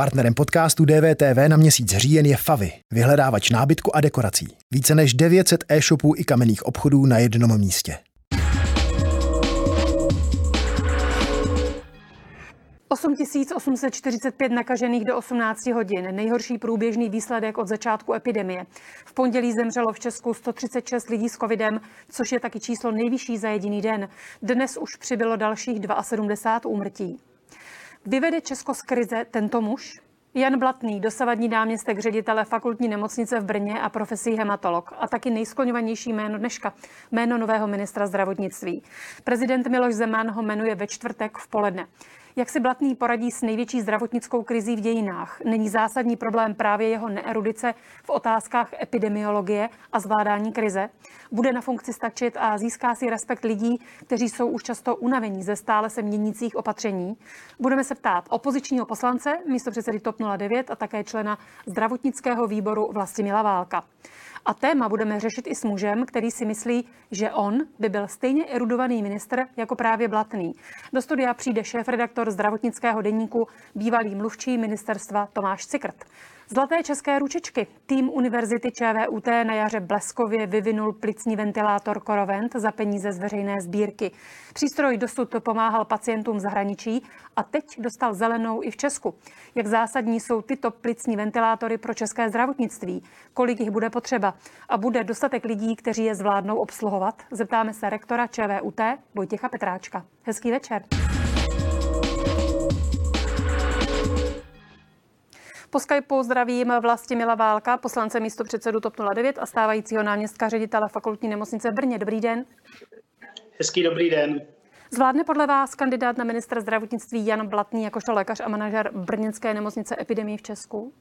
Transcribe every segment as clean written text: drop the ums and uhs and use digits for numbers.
Partnerem podcastu DVTV na měsíc říjen je Favy, vyhledávač nábytku a dekorací. Více než 900 e-shopů i kamenných obchodů na jednom místě. Osm 845 nakažených do 18 hodin. Nejhorší průběžný výsledek od začátku epidemie. V pondělí zemřelo v Česku 136 lidí s covidem, což je taky číslo nejvyšší za jediný den. Dnes už přibylo dalších 72 úmrtí. Vyvede Česko z krize tento muž? Jan Blatný, dosavadní náměstek ředitele fakultní nemocnice v Brně a profesí hematolog. A taky nejskloňovanější jméno dneška, jméno nového ministra zdravotnictví. Prezident Miloš Zeman ho jmenuje ve čtvrtek v poledne. Jak si Blatný poradí s největší zdravotnickou krizí v dějinách? Není zásadní problém právě jeho neerudice v otázkách epidemiologie a zvládání krize? Bude na funkci stačit a získá si respekt lidí, kteří jsou už často unavení ze stále se měnících opatření? Budeme se ptát opozičního poslance, místopředsedy TOP 09 a také člena zdravotnického výboru Vlastimila Válka. A téma budeme řešit i s mužem, který si myslí, že on by byl stejně erudovaný ministr jako právě Blatný. Do studia přijde šéfredaktor zdravotnického deníku, bývalý mluvčí ministerstva Tomáš Cikrt. Zlaté české ručičky. Tým Univerzity ČVUT na jaře bleskově vyvinul plicní ventilátor Corovent za peníze z veřejné sbírky. Přístroj dosud pomáhal pacientům v zahraničí a teď dostal zelenou i v Česku. Jak zásadní jsou tyto plicní ventilátory pro české zdravotnictví? Kolik jich bude potřeba? A bude dostatek lidí, kteří je zvládnou obsluhovat? Zeptáme se rektora ČVUT Vojtěcha Petráčka. Hezký večer. Po Skypeu zdravím Vlastimila Válka, poslance místopředsedu TOP 09 a stávajícího náměstka ředitele fakultní nemocnice v Brně. Dobrý den. Hezký dobrý den. Zvládne podle vás kandidát na ministra zdravotnictví Jan Blatný jakožto lékař a manažer brněnské nemocnice epidemii v Česku?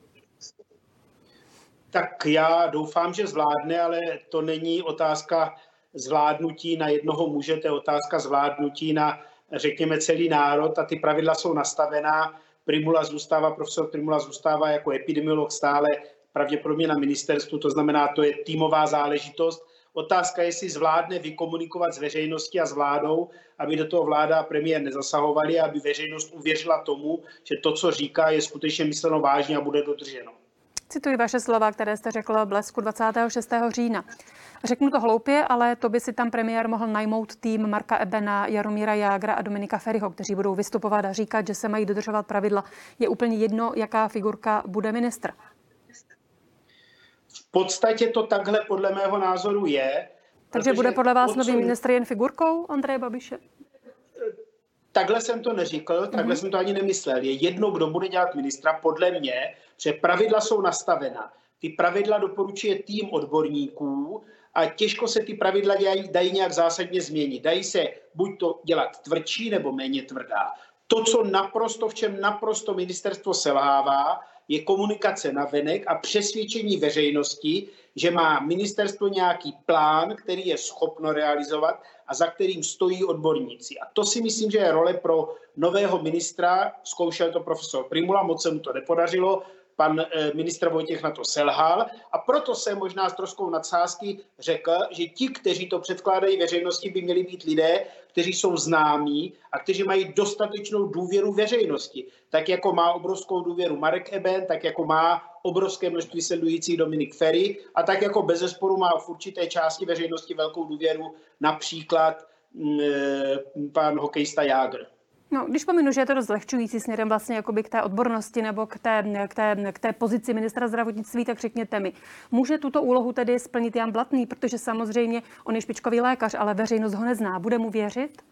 Tak já doufám, že zvládne, ale to není otázka zvládnutí na jednoho muže, to je otázka zvládnutí na, řekněme, celý národ a ty pravidla jsou nastavená. Profesor Prymula zůstává jako epidemiolog stále pravděpodobně na ministerstvu, to znamená, to je týmová záležitost. Otázka je, jestli zvládne vykomunikovat s veřejností a s vládou, aby do toho vláda a premiér nezasahovali, aby veřejnost uvěřila tomu, že to, co říká, je skutečně mysleno vážně a bude dodrženo. Cituji vaše slova, které jste řekl v Blesku 26. října. Řeknu to hloupě, ale to by si tam premiér mohl najmout tým Marka Ebena, Jaromíra Jágra a Dominika Feriho, kteří budou vystupovat a říkat, že se mají dodržovat pravidla. Je úplně jedno, jaká figurka bude ministr. V podstatě to takhle podle mého názoru je. Takže bude podle vás nový ministr jen figurkou Andreje Babiše? Takhle jsem to neříkal, takhle jsem to ani nemyslel. Je jedno, kdo bude dělat ministra, podle mě, že pravidla jsou nastavena. Ty pravidla doporučuje tým odborníků a těžko se ty pravidla dají nějak zásadně změnit. Dají se buď to dělat tvrdší nebo méně tvrdá. To, v čem naprosto ministerstvo selhává, je komunikace navenek a přesvědčení veřejnosti, že má ministerstvo nějaký plán, který je schopno realizovat a za kterým stojí odborníci. A to si myslím, že je role pro nového ministra. Zkoušel to profesor Prymula, moc se mu to nepodařilo. Pan ministr Vojtěch na to selhal a proto se možná s troškou nadsázky řekl, že ti, kteří to předkládají veřejnosti, by měli být lidé, kteří jsou známí a kteří mají dostatečnou důvěru veřejnosti. Tak jako má obrovskou důvěru Marek Eben, tak jako má obrovské množství sledujících Dominik Feri a tak jako bezesporu má v určité části veřejnosti velkou důvěru například pan hokejista Jágr. No, když pominu, že je to dost lehčující směrem vlastně jakoby k té odbornosti nebo k té pozici ministra zdravotnictví, tak řekněte mi, může tuto úlohu tedy splnit Jan Blatný, protože samozřejmě on je špičkový lékař, ale veřejnost ho nezná. Bude mu věřit?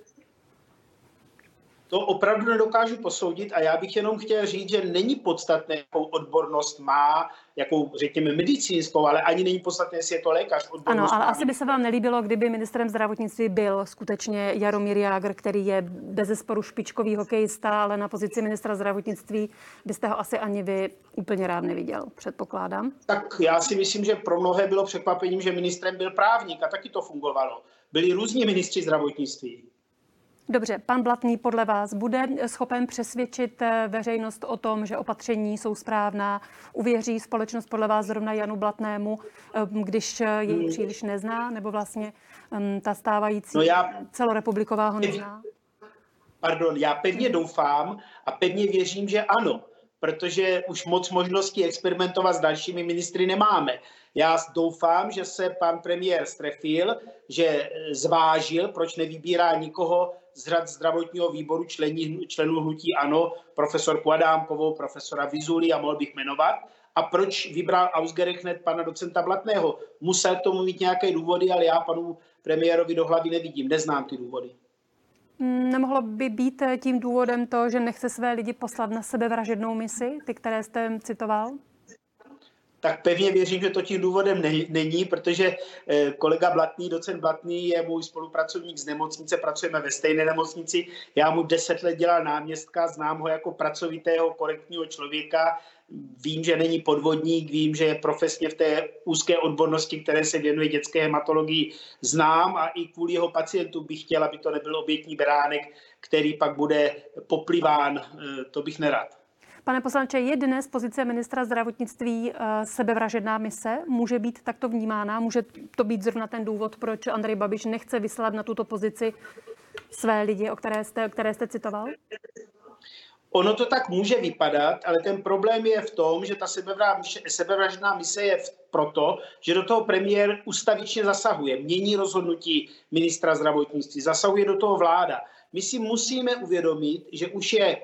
To opravdu nedokážu posoudit a já bych jenom chtěl říct, že není podstatné, jakou odbornost má, jakou, řekněme, medicínskou, ale ani není podstatné, jestli je to lékař. Ano, ale asi by se vám nelíbilo, kdyby ministrem zdravotnictví byl skutečně Jaromír Jágr, který je bezesporu špičkový hokejista, ale na pozici ministra zdravotnictví byste ho asi ani vy úplně rád neviděl, předpokládám. Tak já si myslím, že pro mnohé bylo překvapením, že ministrem byl právník a taky to fungovalo. Byli různí ministři zdravotnictví. Dobře, pan Blatný podle vás bude schopen přesvědčit veřejnost o tom, že opatření jsou správná? Uvěří společnost podle vás zrovna Janu Blatnému, když jej příliš nezná? Nebo vlastně ta stávající celorepubliková ho nezná? Já pevně doufám a pevně věřím, že ano. protože už moc možností experimentovat s dalšími ministry nemáme. Já doufám, že se pan premiér strefil, že zvážil, proč nevybírá nikoho z řad zdravotního výboru členů hnutí ANO, profesorku Adámkovou, profesora Vyzuli a mohl bych jmenovat. A proč vybral Ausgerech hned pana docenta Blatného? Musel k tomu mít nějaké důvody, ale já panu premiérovi do hlavy nevidím, neznám ty důvody. Nemohlo by být tím důvodem to, že nechce své lidi poslat na sebevražednou misi, ty, které jste citoval? Tak pevně věřím, že to tím důvodem není, protože kolega Blatný, docent Blatný je můj spolupracovník z nemocnice, pracujeme ve stejné nemocnici, já mu 10 let dělal náměstka, znám ho jako pracovitého, korektního člověka, vím, že není podvodník, vím, že je profesně v té úzké odbornosti, které se věnuje dětské hematologii, znám a i kvůli jeho pacientů bych chtěl, aby to nebyl obětní beránek, který pak bude popliván, to bych nerad. Pane poslanče, je dnes z pozice ministra zdravotnictví sebevražedná mise? Může být takto vnímána? Může to být zrovna ten důvod, proč Andrej Babiš nechce vyslat na tuto pozici své lidi, které jste citoval? Ono to tak může vypadat, ale ten problém je v tom, že ta sebevražedná mise je proto, že do toho premiér ustavičně zasahuje, mění rozhodnutí ministra zdravotnictví, zasahuje do toho vláda. My si musíme uvědomit, že už je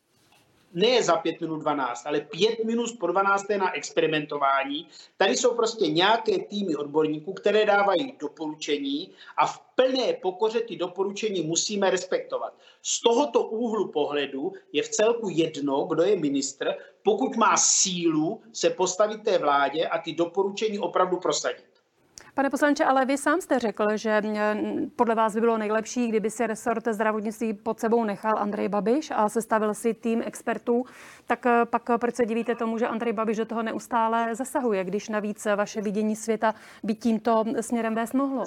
ne za 5 minut 12, ale 5 minut po 12 na experimentování. Tady jsou prostě nějaké týmy odborníků, které dávají doporučení a v plné pokoře ty doporučení musíme respektovat. Z tohoto úhlu pohledu je v celku jedno, kdo je ministr, pokud má sílu se postavit té vládě a ty doporučení opravdu prosadit. Pane poslanče, ale vy sám jste řekl, že podle vás by bylo nejlepší, kdyby si resort zdravotnictví pod sebou nechal Andrej Babiš a sestavil si tým expertů. Tak pak proč se divíte tomu, že Andrej Babiš do toho neustále zasahuje, když navíc vaše vidění světa by tímto směrem vést mohlo?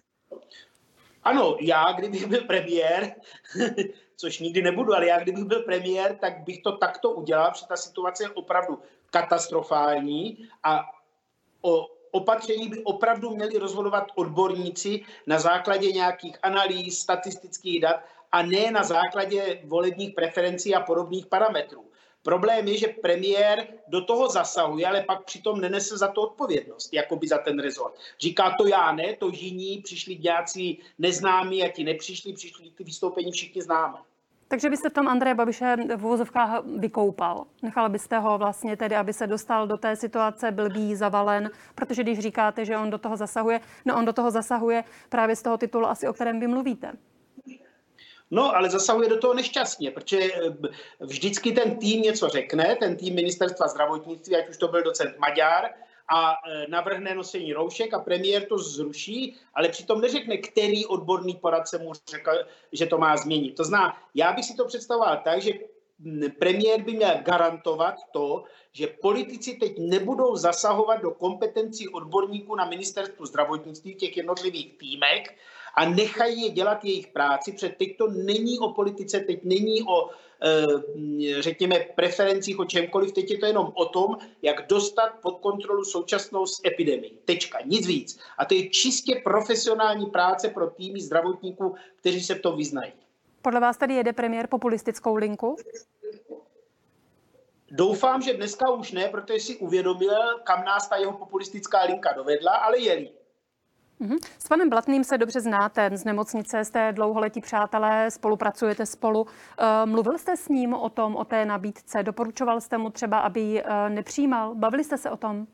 Ano, já kdybych byl premiér, což nikdy nebudu, ale já kdybych byl premiér, tak bych to takto udělal, protože ta situace je opravdu katastrofální a o opatření by opravdu měli rozhodovat odborníci na základě nějakých analýz, statistických dat a ne na základě volebních preferencí a podobných parametrů. Problém je, že premiér do toho zasahuje, ale pak přitom nenese za to odpovědnost, jakoby za ten rezort. Říká to já ne, to jiní, přišli nějací neznámí a ti nepřišli, přišli ty vystoupení všichni známe. Takže byste v tom Andreje Babiše v uvozovkách vykoupal. Nechal byste ho vlastně tedy, aby se dostal do té situace blbý, zavalen, protože když říkáte, že on do toho zasahuje, no on do toho zasahuje právě z toho titulu asi, o kterém vy mluvíte. No, ale zasahuje do toho nešťastně, protože vždycky ten tým něco řekne, ten tým ministerstva zdravotnictví, ať už to byl docent Maďar, a navrhne nosení roušek a premiér to zruší, ale přitom neřekne, který odborný poradce mu řekl, že to má změnit. To znamená, já bych si to představoval tak, že premiér by měl garantovat to, že politici teď nebudou zasahovat do kompetencí odborníků na ministerstvu zdravotnictví v těch jednotlivých týmech a nechají je dělat jejich práci, protože teď to není o politice, teď není o řekněme preferencích, o čemkoliv, teď je to jenom o tom, jak dostat pod kontrolu současnou epidemii. Tečka, nic víc. A to je čistě profesionální práce pro týmy zdravotníků, kteří se v tom vyznají. Podle vás tady jede premiér populistickou linku? Doufám, že dneska už ne, protože si uvědomil, kam nás ta jeho populistická linka dovedla, ale je-li. S panem Blatným se dobře znáte, z nemocnice jste dlouholetí přátelé, spolupracujete spolu. Mluvil jste s ním o té nabídce? Doporučoval jste mu třeba, aby ji nepřijímal? Bavili jste se o tom?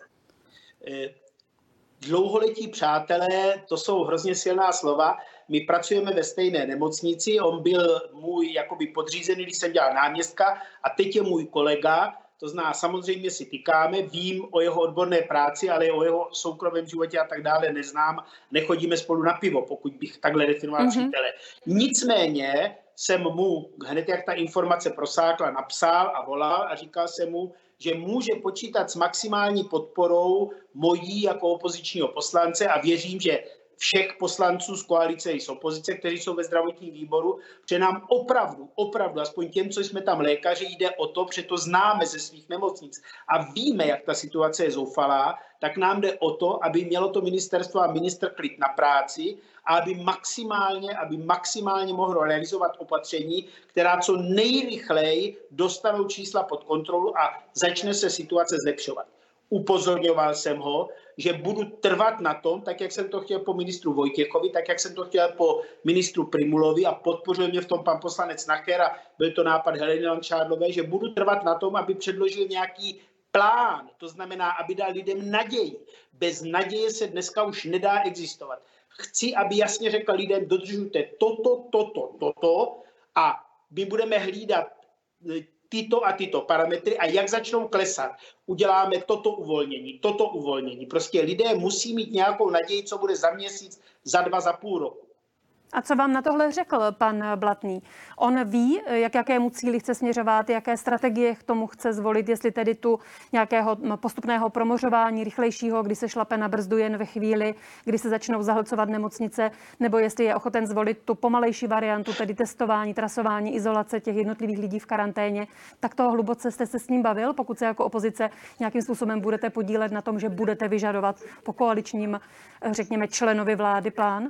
Dlouholetí přátelé, to jsou hrozně silná slova. My pracujeme ve stejné nemocnici, on byl můj jakoby podřízený, když jsem dělal náměstka a teď je můj kolega. To znamená, samozřejmě si tykáme, vím o jeho odborné práci, ale o jeho soukromém životě a tak dále neznám. Nechodíme spolu na pivo, pokud bych takhle definoval přítele. Nicméně jsem mu, hned jak ta informace prosákla, napsal a volal a říkal jsem mu, že může počítat s maximální podporou mojí jako opozičního poslance a věřím, že všech poslanců z koalice i z opozice, kteří jsou ve zdravotním výboru, protože nám opravdu, aspoň těm, co jsme tam lékaři, jde o to, protože to známe ze svých nemocnic a víme, jak ta situace je zoufalá, tak nám jde o to, aby mělo to ministerstvo a ministr klid na práci a aby maximálně mohlo realizovat opatření, která co nejrychleji dostanou čísla pod kontrolu a začne se situace zlepšovat. Upozorňoval jsem ho, že budu trvat na tom, tak jak jsem to chtěl po ministru Vojtěchovi, tak jak jsem to chtěl po ministru Prymulovi a podpořil mě v tom pan poslanec Nacher a byl to nápad Heleny Langšádlové, že budu trvat na tom, aby předložil nějaký plán, to znamená, aby dal lidem naději. Bez naděje se dneska už nedá existovat. Chci, aby jasně řekl lidem, dodržujte toto a my budeme hlídat tyto a tyto parametry a jak začnou klesat, uděláme toto uvolnění. Prostě lidé musí mít nějakou naději, co bude za měsíc, za 2, za půl roku. A co vám na tohle řekl pan Blatný? On ví, jakému cíli chce směřovat, jaké strategie k tomu chce zvolit, jestli tedy tu nějakého postupného promořování rychlejšího, kdy se šlape na brzdu jen ve chvíli, kdy se začnou zahlcovat nemocnice, nebo jestli je ochoten zvolit tu pomalejší variantu, tedy testování, trasování, izolace těch jednotlivých lidí v karanténě. Tak toho hluboce jste se s ním bavil, pokud se jako opozice nějakým způsobem budete podílet na tom, že budete vyžadovat po koaličním, řekněme, členovi vlády plán?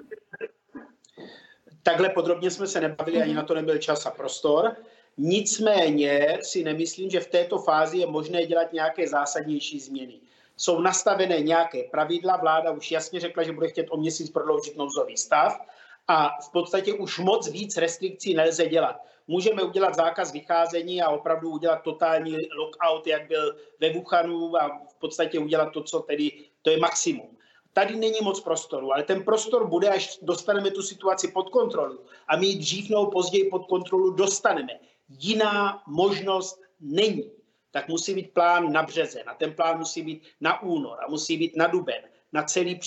Takhle podrobně jsme se nebavili, ani na to nebyl čas a prostor. Nicméně si nemyslím, že v této fázi je možné dělat nějaké zásadnější změny. Jsou nastavené nějaké pravidla, vláda už jasně řekla, že bude chtět o měsíc prodloužit nouzový stav a v podstatě už moc víc restrikcí nelze dělat. Můžeme udělat zákaz vycházení a opravdu udělat totální lockout, jak byl ve Wuhanu a v podstatě udělat to, co tedy, to je maximum. Tady není moc prostoru, ale ten prostor bude, až dostaneme tu situaci pod kontrolu. A my ji dřív nebo později pod kontrolu dostaneme. Jiná možnost není. Tak musí být plán na březen, a ten plán musí být na únor, a musí být na duben, na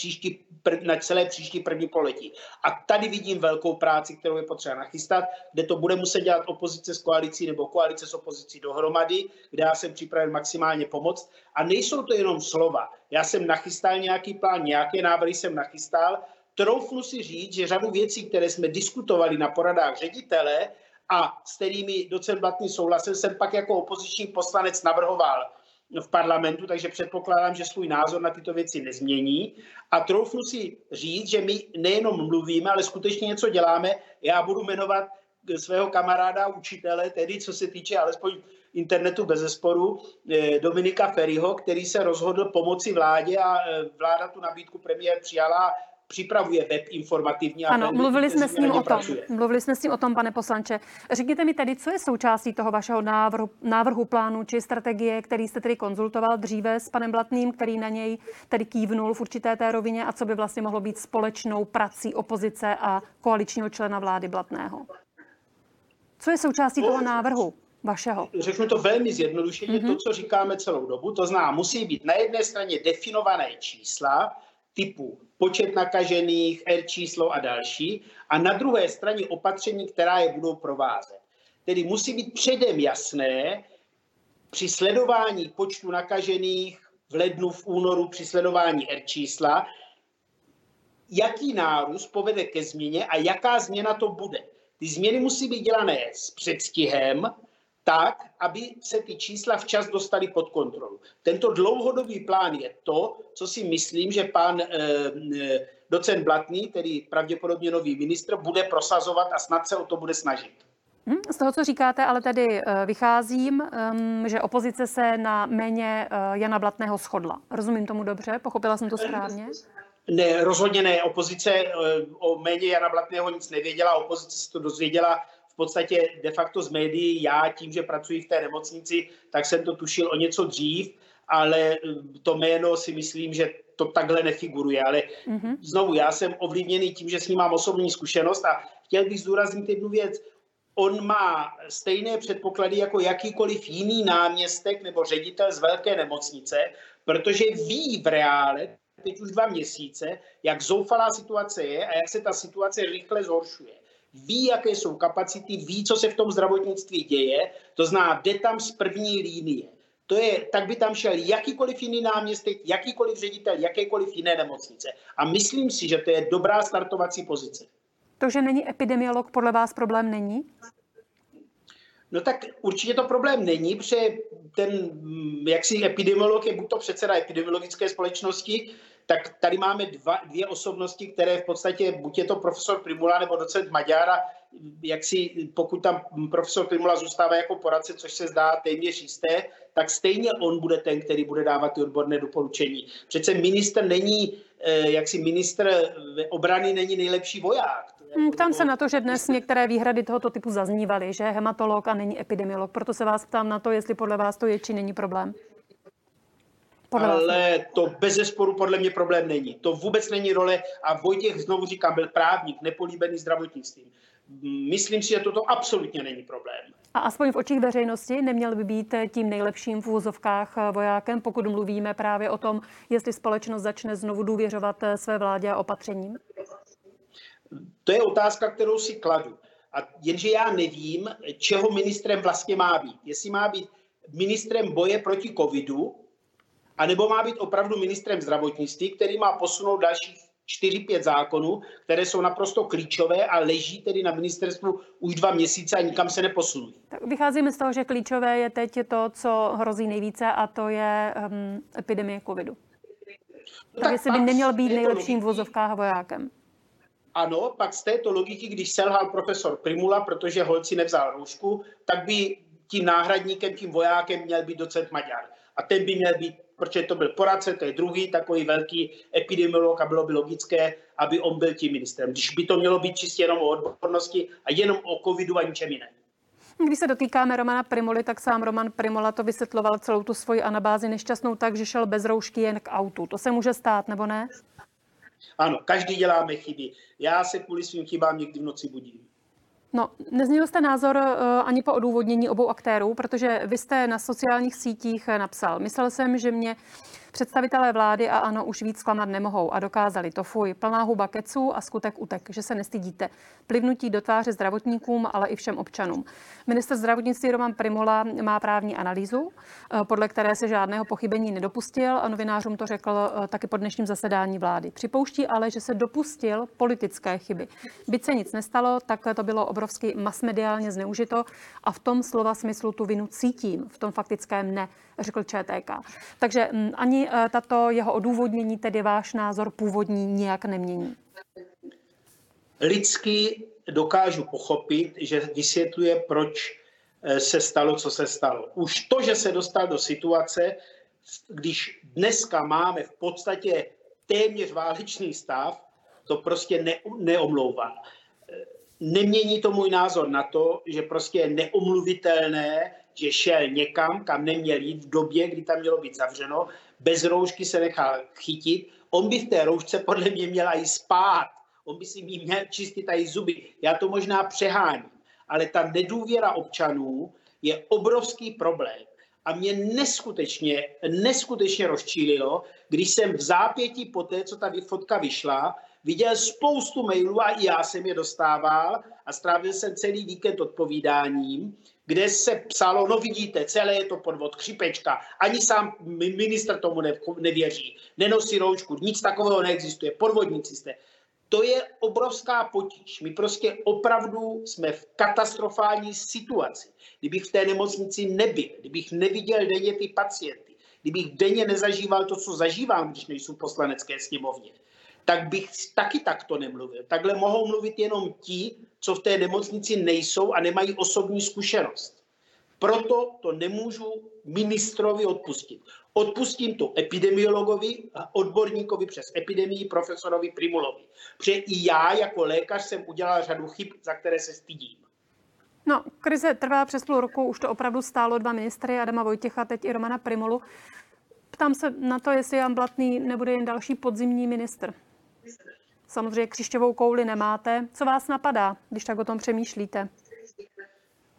celé příští první poletí. A tady vidím velkou práci, kterou je potřeba nachystat, kde to bude muset dělat opozice s koalicí nebo koalice s opozicí dohromady, kde já jsem připraven maximálně pomoct. A nejsou to jenom slova. Já jsem nachystal nějaký plán, nějaké návrhy jsem nachystal. Troufnu si říct, že řadu věcí, které jsme diskutovali na poradách ředitele a s kterými docent Blatný souhlasil, jsem pak jako opoziční poslanec navrhoval v parlamentu, takže předpokládám, že svůj názor na tyto věci nezmění. A troufnu si říct, že my nejenom mluvíme, ale skutečně něco děláme. Já budu jmenovat svého kamaráda, učitele, tedy co se týče alespoň internetu bezesporu, Dominika Feriho, který se rozhodl pomoci vládě a vláda tu nabídku premiér přijala. Připravuje web informativní. Ano, mluvili jsme s ním o tom, pane poslanče. Řekněte mi tedy, co je součástí toho vašeho návrhu plánu či strategie, který jste tedy konzultoval dříve s panem Blatným, který na něj tedy kývnul v určité té rovině a co by vlastně mohlo být společnou prací opozice a koaličního člena vlády Blatného. Co je součástí toho návrhu vašeho? Řeknu to velmi zjednodušeně, to, co říkáme celou dobu, to znamená, musí být na jedné straně definované čísla, typu počet nakažených, R číslo a další, a na druhé straně opatření, která je budou provázet. Tedy musí být předem jasné při sledování počtu nakažených v lednu, v únoru, při sledování R čísla, jaký nárůst povede ke změně a jaká změna to bude. Ty změny musí být dělané s předstihem, tak, aby se ty čísla včas dostaly pod kontrolu. Tento dlouhodobý plán je to, co si myslím, že pan docent Blatný, tedy pravděpodobně nový ministr, bude prosazovat a snad se o to bude snažit. Z toho, co říkáte, ale tedy vycházím, že opozice se na jméně Jana Blatného shodla. Rozumím tomu dobře? Pochopila jsem to správně? Ne, rozhodně ne. Opozice o jméně Jana Blatného nic nevěděla. Opozice se to dozvěděla v podstatě de facto z médií. Já tím, že pracuji v té nemocnici, tak jsem to tušil o něco dřív, ale to jméno si myslím, že to takhle nefiguruje. Ale znovu, já jsem ovlivněný tím, že s ním mám osobní zkušenost a chtěl bych zdůraznit jednu věc. On má stejné předpoklady jako jakýkoliv jiný náměstek nebo ředitel z velké nemocnice, protože ví v reále, teď už 2 měsíce, jak zoufalá situace je a jak se ta situace rychle zhoršuje. Ví, jaké jsou kapacity, ví, co se v tom zdravotnictví děje, to znamená, jde tam z první linie. Tak by tam šel jakýkoliv jiný náměstek, jakýkoliv ředitel, jakékoliv jiné nemocnice. A myslím si, že to je dobrá startovací pozice. To, že není epidemiolog, podle vás problém není? No tak určitě to problém není, protože ten epidemiolog je buď to předseda epidemiologické společnosti, tak tady máme dvě osobnosti, které v podstatě, buď je to profesor Prymula nebo docent Maďar, a pokud tam profesor Prymula zůstává jako poradce, což se zdá téměř jisté, tak stejně on bude ten, který bude dávat ty odborné doporučení. Přece ministr obrany není nejlepší voják. Ptám se na to, že dnes některé výhrady tohoto typu zaznívaly, že je hematolog a není epidemiolog. Proto se vás ptám na to, jestli podle vás to je či není problém. Ale to bezesporu podle mě problém není. To vůbec není role a Vojtěch, znovu říkám, byl právník, nepolíbený zdravotnictvím. Myslím si, že toto absolutně není problém. A aspoň v očích veřejnosti neměl by být tím nejlepším v úvozovkách vojákem, pokud mluvíme právě o tom, jestli společnost začne znovu důvěřovat své vládě a opatřením? To je otázka, kterou si kladu. A jenže já nevím, čeho ministrem vlastně má být. Jestli má být ministrem boje proti covidu, anebo má být opravdu ministrem zdravotnictví, který má posunout dalších 4-5 zákonů, které jsou naprosto klíčové a leží tedy na ministerstvu už 2 měsíce a nikam se neposunují. Tak vycházíme z toho, že klíčové je teď to, co hrozí nejvíce, a to je epidemie covidu. Tak jestli by neměl být nejlepším v vozovkách vojákem. Ano, pak z této logiky, když selhal profesor Prymula, protože holci nevzal roušku, tak by tím náhradníkem, tím vojákem měl být docent Maďar. A ten by měl být, protože to byl poradce, to je druhý takový velký epidemiolog a bylo by logické, aby on byl tím ministrem. Když by to mělo být čistě jenom o odbornosti a jenom o covidu a ničem jiném. Když se dotýkáme Romana Prymuly, tak sám Roman Prymula to vysvětloval celou tu svoji anabázi nešťastnou tak, že šel bez roušky jen k autu. To se může stát, nebo ne? Ano, každý děláme chyby. Já se kvůli svým chybám někdy v noci budím. No, nezměnil jste názor ani po odůvodnění obou aktérů, protože vy jste na sociálních sítích napsal: myslel jsem, že mě představitelé vlády a ANO už víc zklamat nemohou a dokázali to. Fuj, plná huba keců a skutek utek, že se nestydíte. Plivnutí do tváře zdravotníkům, ale i všem občanům. Ministr zdravotnictví Roman Prymula má právní analýzu, podle které se žádného pochybení nedopustil, a novinářům to řekl taky po dnešním zasedání vlády. Připouští ale, že se dopustil politické chyby. Byť se nic nestalo, tak to bylo obrovsky masmediálně zneužito a v tom slova smyslu tu vinu cítím, v tom faktickém ne, řekl ČTK. Takže ani tato jeho odůvodnění, tedy váš názor původní, nijak nemění. Lidsky dokážu pochopit, že vysvětluje, proč se stalo, co se stalo. Už to, že se dostal do situace, když dneska máme v podstatě téměř válečný stav, to prostě neomlouvá. Nemění to můj názor na to, že prostě je neomluvitelné, že šel někam, kam neměl jít v době, kdy tam mělo být zavřeno, bez roušky se nechal chytit. On by v té roušce podle mě měl i spát. On by si měl čistit i zuby. Já to možná přeháním, ale ta nedůvěra občanů je obrovský problém. A mě neskutečně rozčílilo, když jsem v zápětí po té, co ta fotka vyšla, viděl spoustu mailů a i já jsem je dostával a strávil jsem celý víkend odpovídáním, kde se psalo: no vidíte, celé je to podvod, chřipečka, ani sám ministr tomu nevěří, nenosí roušku, nic takového neexistuje, podvodníci jste. To je obrovská potíž. My prostě opravdu jsme v katastrofální situaci. Kdybych v té nemocnici nebyl, kdybych neviděl denně ty pacienty, kdybych denně nezažíval to, co zažívám, když nejsou v poslanecké sněmovně, tak bych taky takto nemluvil. Takhle mohou mluvit jenom ti, co v té nemocnici nejsou a nemají osobní zkušenost. Proto to nemůžu ministrovi odpustit. Odpustím to epidemiologovi a odborníkovi přes epidemii profesorovi Prymulovi. Protože i já jako lékař jsem udělal řadu chyb, za které se stydím. No, krize trvá přes půl roku, už to opravdu stálo 2 ministry, Adama Vojtěcha, teď i Romana Prymulu. Ptám se na to, jestli Jan Blatný nebude jen další podzimní ministr. Samozřejmě křišťovou kouli nemáte. Co vás napadá, když tak o tom přemýšlíte?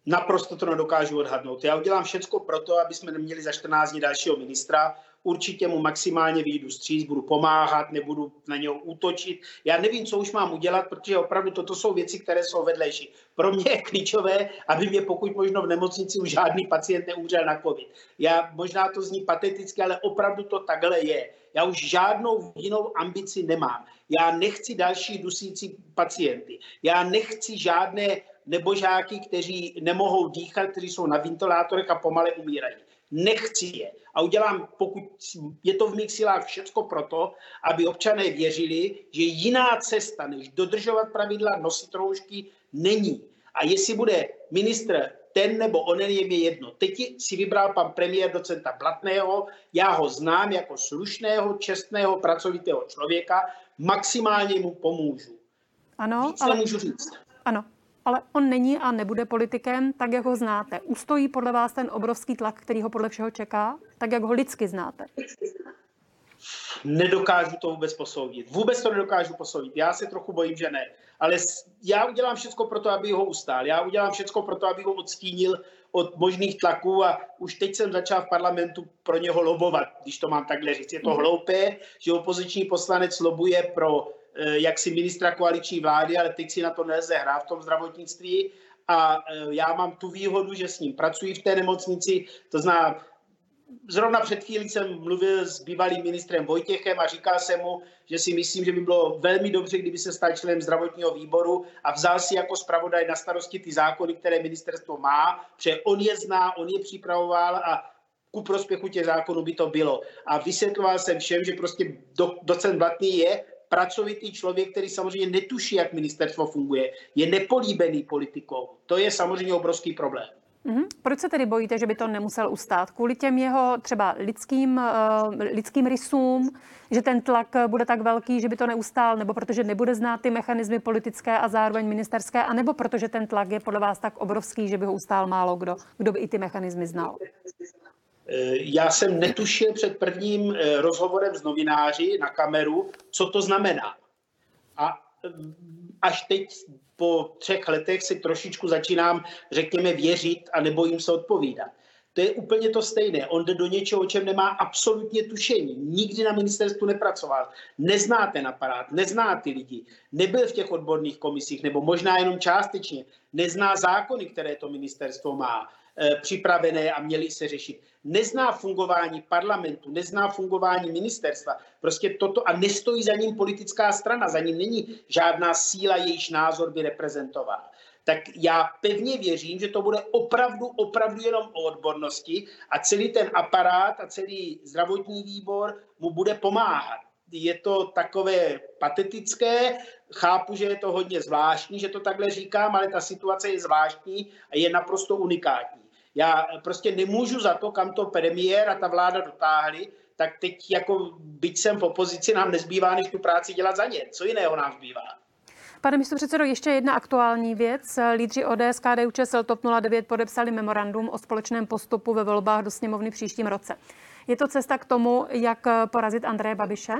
Naprosto to nedokážu odhadnout. Já udělám všecko proto, aby jsme neměli za 14 dní dalšího ministra. Určitě mu maximálně vyjdu vstříc, budu pomáhat, nebudu na něho útočit. Já nevím, co už mám udělat, protože opravdu toto jsou věci, které jsou vedlejší. Pro mě je klíčové, aby mě pokud možno v nemocnici už žádný pacient neumřel na covid. Možná to zní pateticky, ale opravdu to takhle je. Já už žádnou jinou ambici nemám. Já nechci další dusící pacienty. Já nechci žádné nebožáky, kteří nemohou dýchat, kteří jsou na ventilátorech a pomale umírají. Nechci je. A udělám, pokud je to v mých silách, všecko proto, aby občané věřili, že jiná cesta, než dodržovat pravidla, nosit roušky, není. A jestli bude ministr ten nebo onen, je mi jedno. Teď si vybral pan premiér docenta Blatného, já ho znám jako slušného, čestného, pracovitého člověka, maximálně mu pomůžu. Ano, víc nemůžu říct. Ano. Ale on není a nebude politikem, tak jak ho znáte. Ustojí podle vás ten obrovský tlak, který ho podle všeho čeká, tak jak ho lidsky znáte? Nedokážu to vůbec posoudit. Vůbec to nedokážu posoudit. Já se trochu bojím, že ne. Ale já udělám všechno pro to, aby ho ustál. Já udělám všechno pro to, aby ho odstínil od možných tlaků a už teď jsem začal v parlamentu pro něho lobovat, když to mám takhle říct. Je to hloupé, že opoziční poslanec lobuje pro jaksi ministra koaliční vlády, ale teď si na to nelze hrát v tom zdravotnictví a já mám tu výhodu, že s ním pracuji v té nemocnici, to znamená, zrovna před chvílí jsem mluvil s bývalým ministrem Vojtěchem a říkal jsem mu, že si myslím, že by bylo velmi dobře, kdyby se stal členem zdravotního výboru a vzal si jako zpravodaj na starosti ty zákony, které ministerstvo má, protože on je zná, on je připravoval a ku prospěchu těch zákonů by to bylo. A vysvětloval jsem všem, že prostě docent Blatný je pracovitý člověk, který samozřejmě netuší, jak ministerstvo funguje. Je nepolíbený politikou. To je samozřejmě obrovský problém. Proč se tedy bojíte, že by to nemusel ustát? Kvůli těm jeho třeba lidským rysům, že ten tlak bude tak velký, že by to neustál, nebo protože nebude znát ty mechanismy politické a zároveň ministerské, anebo protože ten tlak je podle vás tak obrovský, že by ho ustál málo kdo by i ty mechanismy znal? Já jsem netušil před prvním rozhovorem s novináři na kameru, co to znamená. A až teď po 3 letech si trošičku začínám, řekněme, věřit a nebojím se odpovídat. To je úplně to stejné. On jde do něčeho, o čem nemá absolutně tušení. Nikdy na ministerstvu nepracoval. Nezná ten aparát, nezná ty lidi. Nebyl v těch odborných komisích, nebo možná jenom částečně. Nezná zákony, které to ministerstvo má připravené a měly se řešit. Nezná fungování parlamentu, nezná fungování ministerstva. Prostě toto a nestojí za ním politická strana, za ním není žádná síla, jejíž názor by reprezentovala. Tak já pevně věřím, že to bude opravdu jenom o odbornosti a celý ten aparát a celý zdravotní výbor mu bude pomáhat. Je to takové patetické, chápu, že je to hodně zvláštní, že to takhle říkám, ale ta situace je zvláštní a je naprosto unikátní. Já prostě nemůžu za to, kam to premiér a ta vláda dotáhli, tak teď jako byť jsem v opozici, nám nezbývá, než tu práci dělat za ně. Co jiného nám zbývá? Pane místopředsedo, ještě jedna aktuální věc. Lídři ODS, KDU-ČSL, TOP 09 podepsali memorandum o společném postupu ve volbách do sněmovny příštím roce. Je to cesta k tomu, jak porazit Andreje Babiše?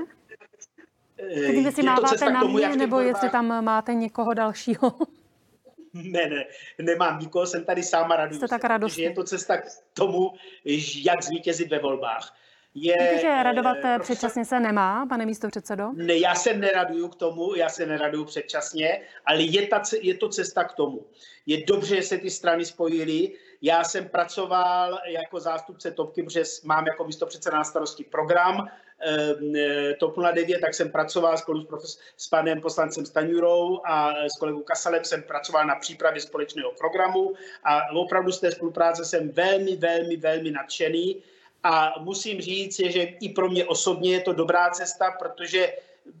Teď jestli máváte na mě, nebo jestli tam máte někoho dalšího? Ne, nemám nikoho, jsem tady sám a raduju. Jste tak radostný. Je to cesta k tomu, jak zvítězit ve volbách. Víte, že radovat předčasně se nemá, pane místopředsedo? Ne, já se neraduju k tomu, já se neraduju předčasně, ale je to cesta k tomu. Je dobře, že se ty strany spojily. Já jsem pracoval jako zástupce TOPky, protože mám jako místopředseda na starosti program TOP 09, tak jsem pracoval spolu s panem poslancem Stanjurou a s kolegou Kasalem jsem pracoval na přípravě společného programu a opravdu z té spolupráce jsem velmi nadšený. A musím říct, že i pro mě osobně je to dobrá cesta, protože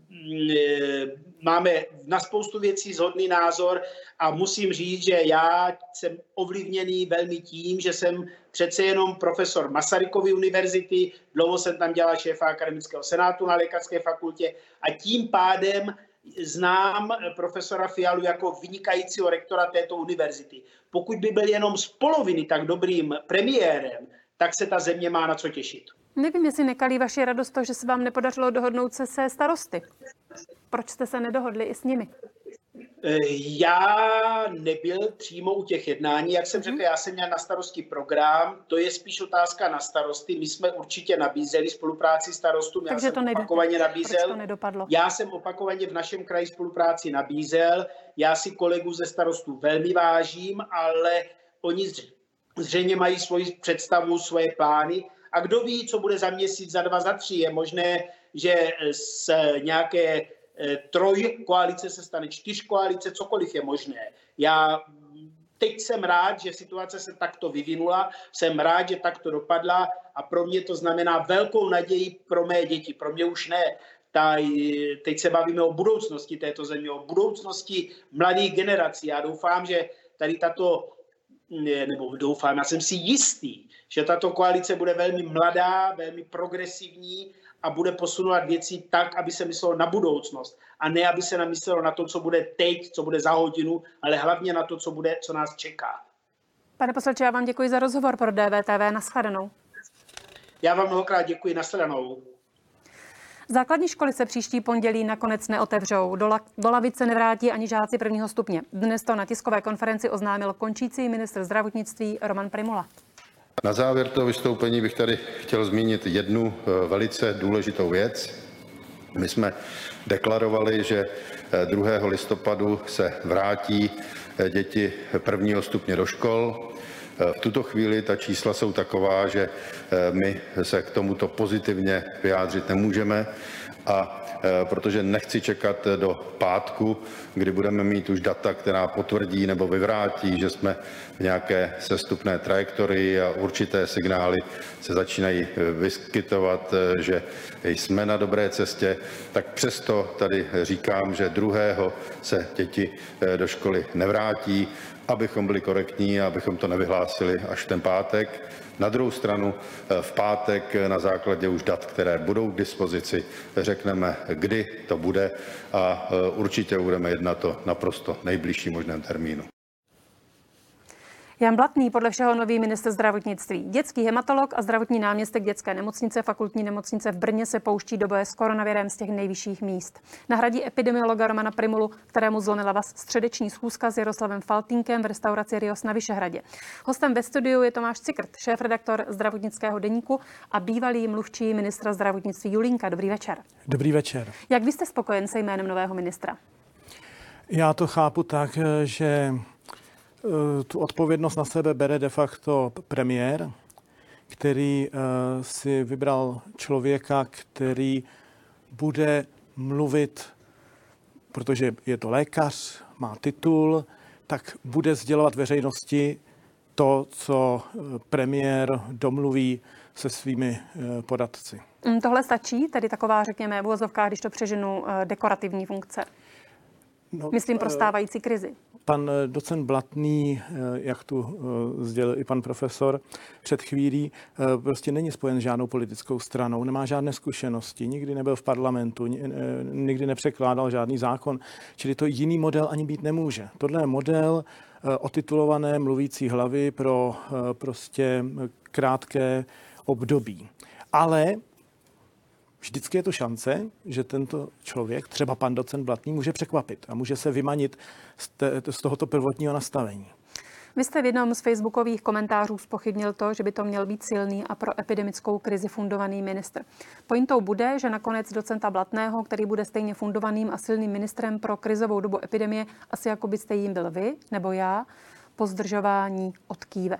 máme na spoustu věcí shodný názor a musím říct, že já jsem ovlivněný velmi tím, že jsem přece jenom profesor Masarykovy univerzity, dlouho jsem tam dělal šéfa akademického senátu na lékařské fakultě a tím pádem znám profesora Fialu jako vynikajícího rektora této univerzity. Pokud by byl jenom z poloviny tak dobrým premiérem, tak se ta země má na co těšit. Nevím, jestli nekalí vaši radost to, že se vám nepodařilo dohodnout se starosty. Proč jste se nedohodli i s nimi? Já nebyl přímo u těch jednání, jak jsem řekl, já jsem měl na starosti program, to je spíš otázka na starosty, my jsme určitě nabízeli spolupráci starostům, já jsem opakovaně nabízel, já jsem opakovaně v našem kraji spolupráci nabízel, já si kolegů ze starostů velmi vážím, ale oni zřejmě mají svoji představu, svoje plány a kdo ví, co bude za měsíc, za 2, za 3, je možné, že z nějaké trojkoalice se stane 4 koalice, cokoliv je možné. Já teď jsem rád, že situace se takto vyvinula, jsem rád, že takto dopadla a pro mě to znamená velkou naději pro mé děti. Pro mě už ne. Teď se bavíme o budoucnosti této země, o budoucnosti mladých generací. Já doufám, že tady já jsem si jistý, že tato koalice bude velmi mladá, velmi progresivní a bude posunovat věci tak, aby se myslelo na budoucnost. A ne, aby se namyslelo na to, co bude teď, co bude za hodinu, ale hlavně na to, co nás čeká. Pane poslanče, já vám děkuji za rozhovor pro DVTV. Nashledanou. Já vám mnohokrát děkuji. Nashledanou. Základní školy se příští pondělí nakonec neotevřou. Do lavic se nevrátí ani žáci 1. stupně. Dnes to na tiskové konferenci oznámil končící ministr zdravotnictví Roman Prymula. Na závěr toho vystoupení bych tady chtěl zmínit jednu velice důležitou věc. My jsme deklarovali, že 2. listopadu se vrátí děti 1. stupně do škol. V tuto chvíli ta čísla jsou taková, že my se k tomuto pozitivně vyjádřit nemůžeme a protože nechci čekat do pátku, kdy budeme mít už data, která potvrdí nebo vyvrátí, že jsme v nějaké sestupné trajektorii a určité signály se začínají vyskytovat, že jsme na dobré cestě, tak přesto tady říkám, že 2. se děti do školy nevrátí, abychom byli korektní a abychom to nevyhlásili až v ten pátek. Na druhou stranu v pátek na základě už dat, které budou k dispozici, řekneme, kdy to bude a určitě budeme jednat o naprosto nejbližším možném termínu. Jan Blatný, podle všeho nový ministr zdravotnictví. Dětský hematolog a zdravotní náměstek dětské nemocnice, fakultní nemocnice v Brně se pouští do boje s koronavirem z těch nejvyšších míst. Nahradí epidemiologa Romana Prymulu, kterému zlomila vaz středeční schůzka s Jaroslavem Faltýnkem v restauraci Rios na Vyšehradě. Hostem ve studiu je Tomáš Cikrt, šéfredaktor zdravotnického deníku a bývalý mluvčí ministra zdravotnictví Julínka. Dobrý večer. Dobrý večer. Jak vy jste spokojen se jménem nového ministra? Já to chápu tak, že tu odpovědnost na sebe bere de facto premiér, který si vybral člověka, který bude mluvit, protože je to lékař, má titul, tak bude sdělovat veřejnosti to, co premiér domluví se svými poradci. Tohle stačí, tedy taková, řekněme, v uvozovkách, když to přeženu, dekorativní funkce? No, myslím pro stávající krizi. Pan docent Blatný, jak tu sdělil i pan profesor před chvílí, prostě není spojen s žádnou politickou stranou, nemá žádné zkušenosti, nikdy nebyl v parlamentu, nikdy nepřekládal žádný zákon, čili to jiný model ani být nemůže. Tohle je model otitulované mluvící hlavy pro prostě krátké období. Ale vždycky je to šance, že tento člověk, třeba pan docent Blatný, může překvapit a může se vymanit z tohoto prvotního nastavení. Vy jste v jednom z facebookových komentářů zpochybnil to, že by to měl být silný a pro epidemickou krizi fundovaný ministr. Pointou bude, že nakonec docenta Blatného, který bude stejně fundovaným a silným ministrem pro krizovou dobu epidemie, asi jako byste jím byl vy nebo já, po zdržování odkýve.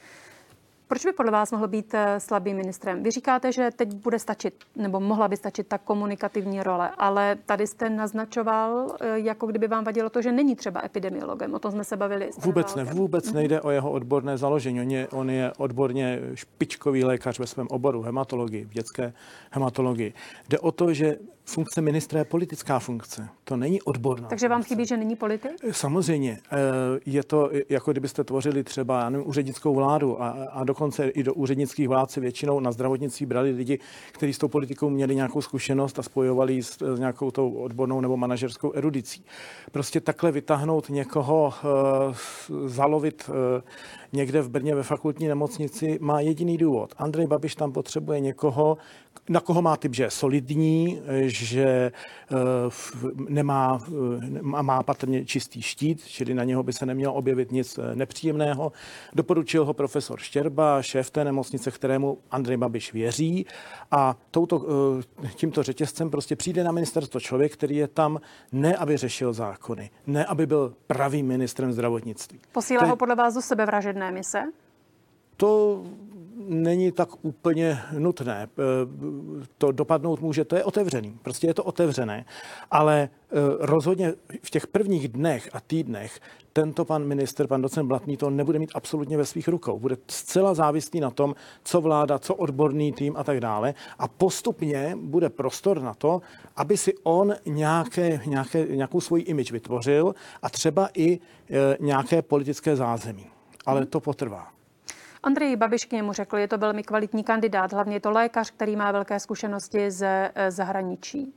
Proč by podle vás mohl být slabým ministrem? Vy říkáte, že teď bude stačit, nebo mohla by stačit ta komunikativní role, ale tady jste naznačoval, jako kdyby vám vadilo to, že není třeba epidemiologem. O tom jsme se bavili. Vůbec nejde o jeho odborné založení. On je odborně špičkový lékař ve svém oboru, hematologii, v dětské hematologii. Jde o to, že funkce ministra je politická funkce. To není odborná. Takže vám chybí, že není politik? Samozřejmě. Je to, jako kdybyste tvořili třeba úřednickou vládu a dokonce i do úřednických vlád se většinou na zdravotnictví brali lidi, kteří s tou politikou měli nějakou zkušenost a spojovali s nějakou tou odbornou nebo manažerskou erudicí. Prostě takhle vytáhnout někoho, zalovit někde v Brně ve fakultní nemocnici, má jediný důvod. Andrej Babiš tam potřebuje někoho, na koho má typ, že je solidní, že má patrně čistý štít, čili na něho by se nemělo objevit nic nepříjemného. Doporučil ho profesor Štěrba, šéf té nemocnice, kterému Andrej Babiš věří, a tímto řetězcem prostě přijde na ministerstvo člověk, který je tam ne, aby řešil zákony, ne, aby byl pravým ministrem zdravotnictví. Posílá ho podle vás do sebevražedné mise? To není tak úplně nutné. To dopadnout může, to je otevřený. Prostě je to otevřené. Ale rozhodně v těch prvních dnech a týdnech tento pan ministr, pan docent Blatný, to nebude mít absolutně ve svých rukou. Bude zcela závislý na tom, co vláda, co odborný tým a tak dále. A postupně bude prostor na to, aby si on nějakou svoji image vytvořil a třeba i nějaké politické zázemí. Ale to potrvá. Andrej Babiš k němu řekl, je to velmi kvalitní kandidát, hlavně je to lékař, který má velké zkušenosti ze zahraničí.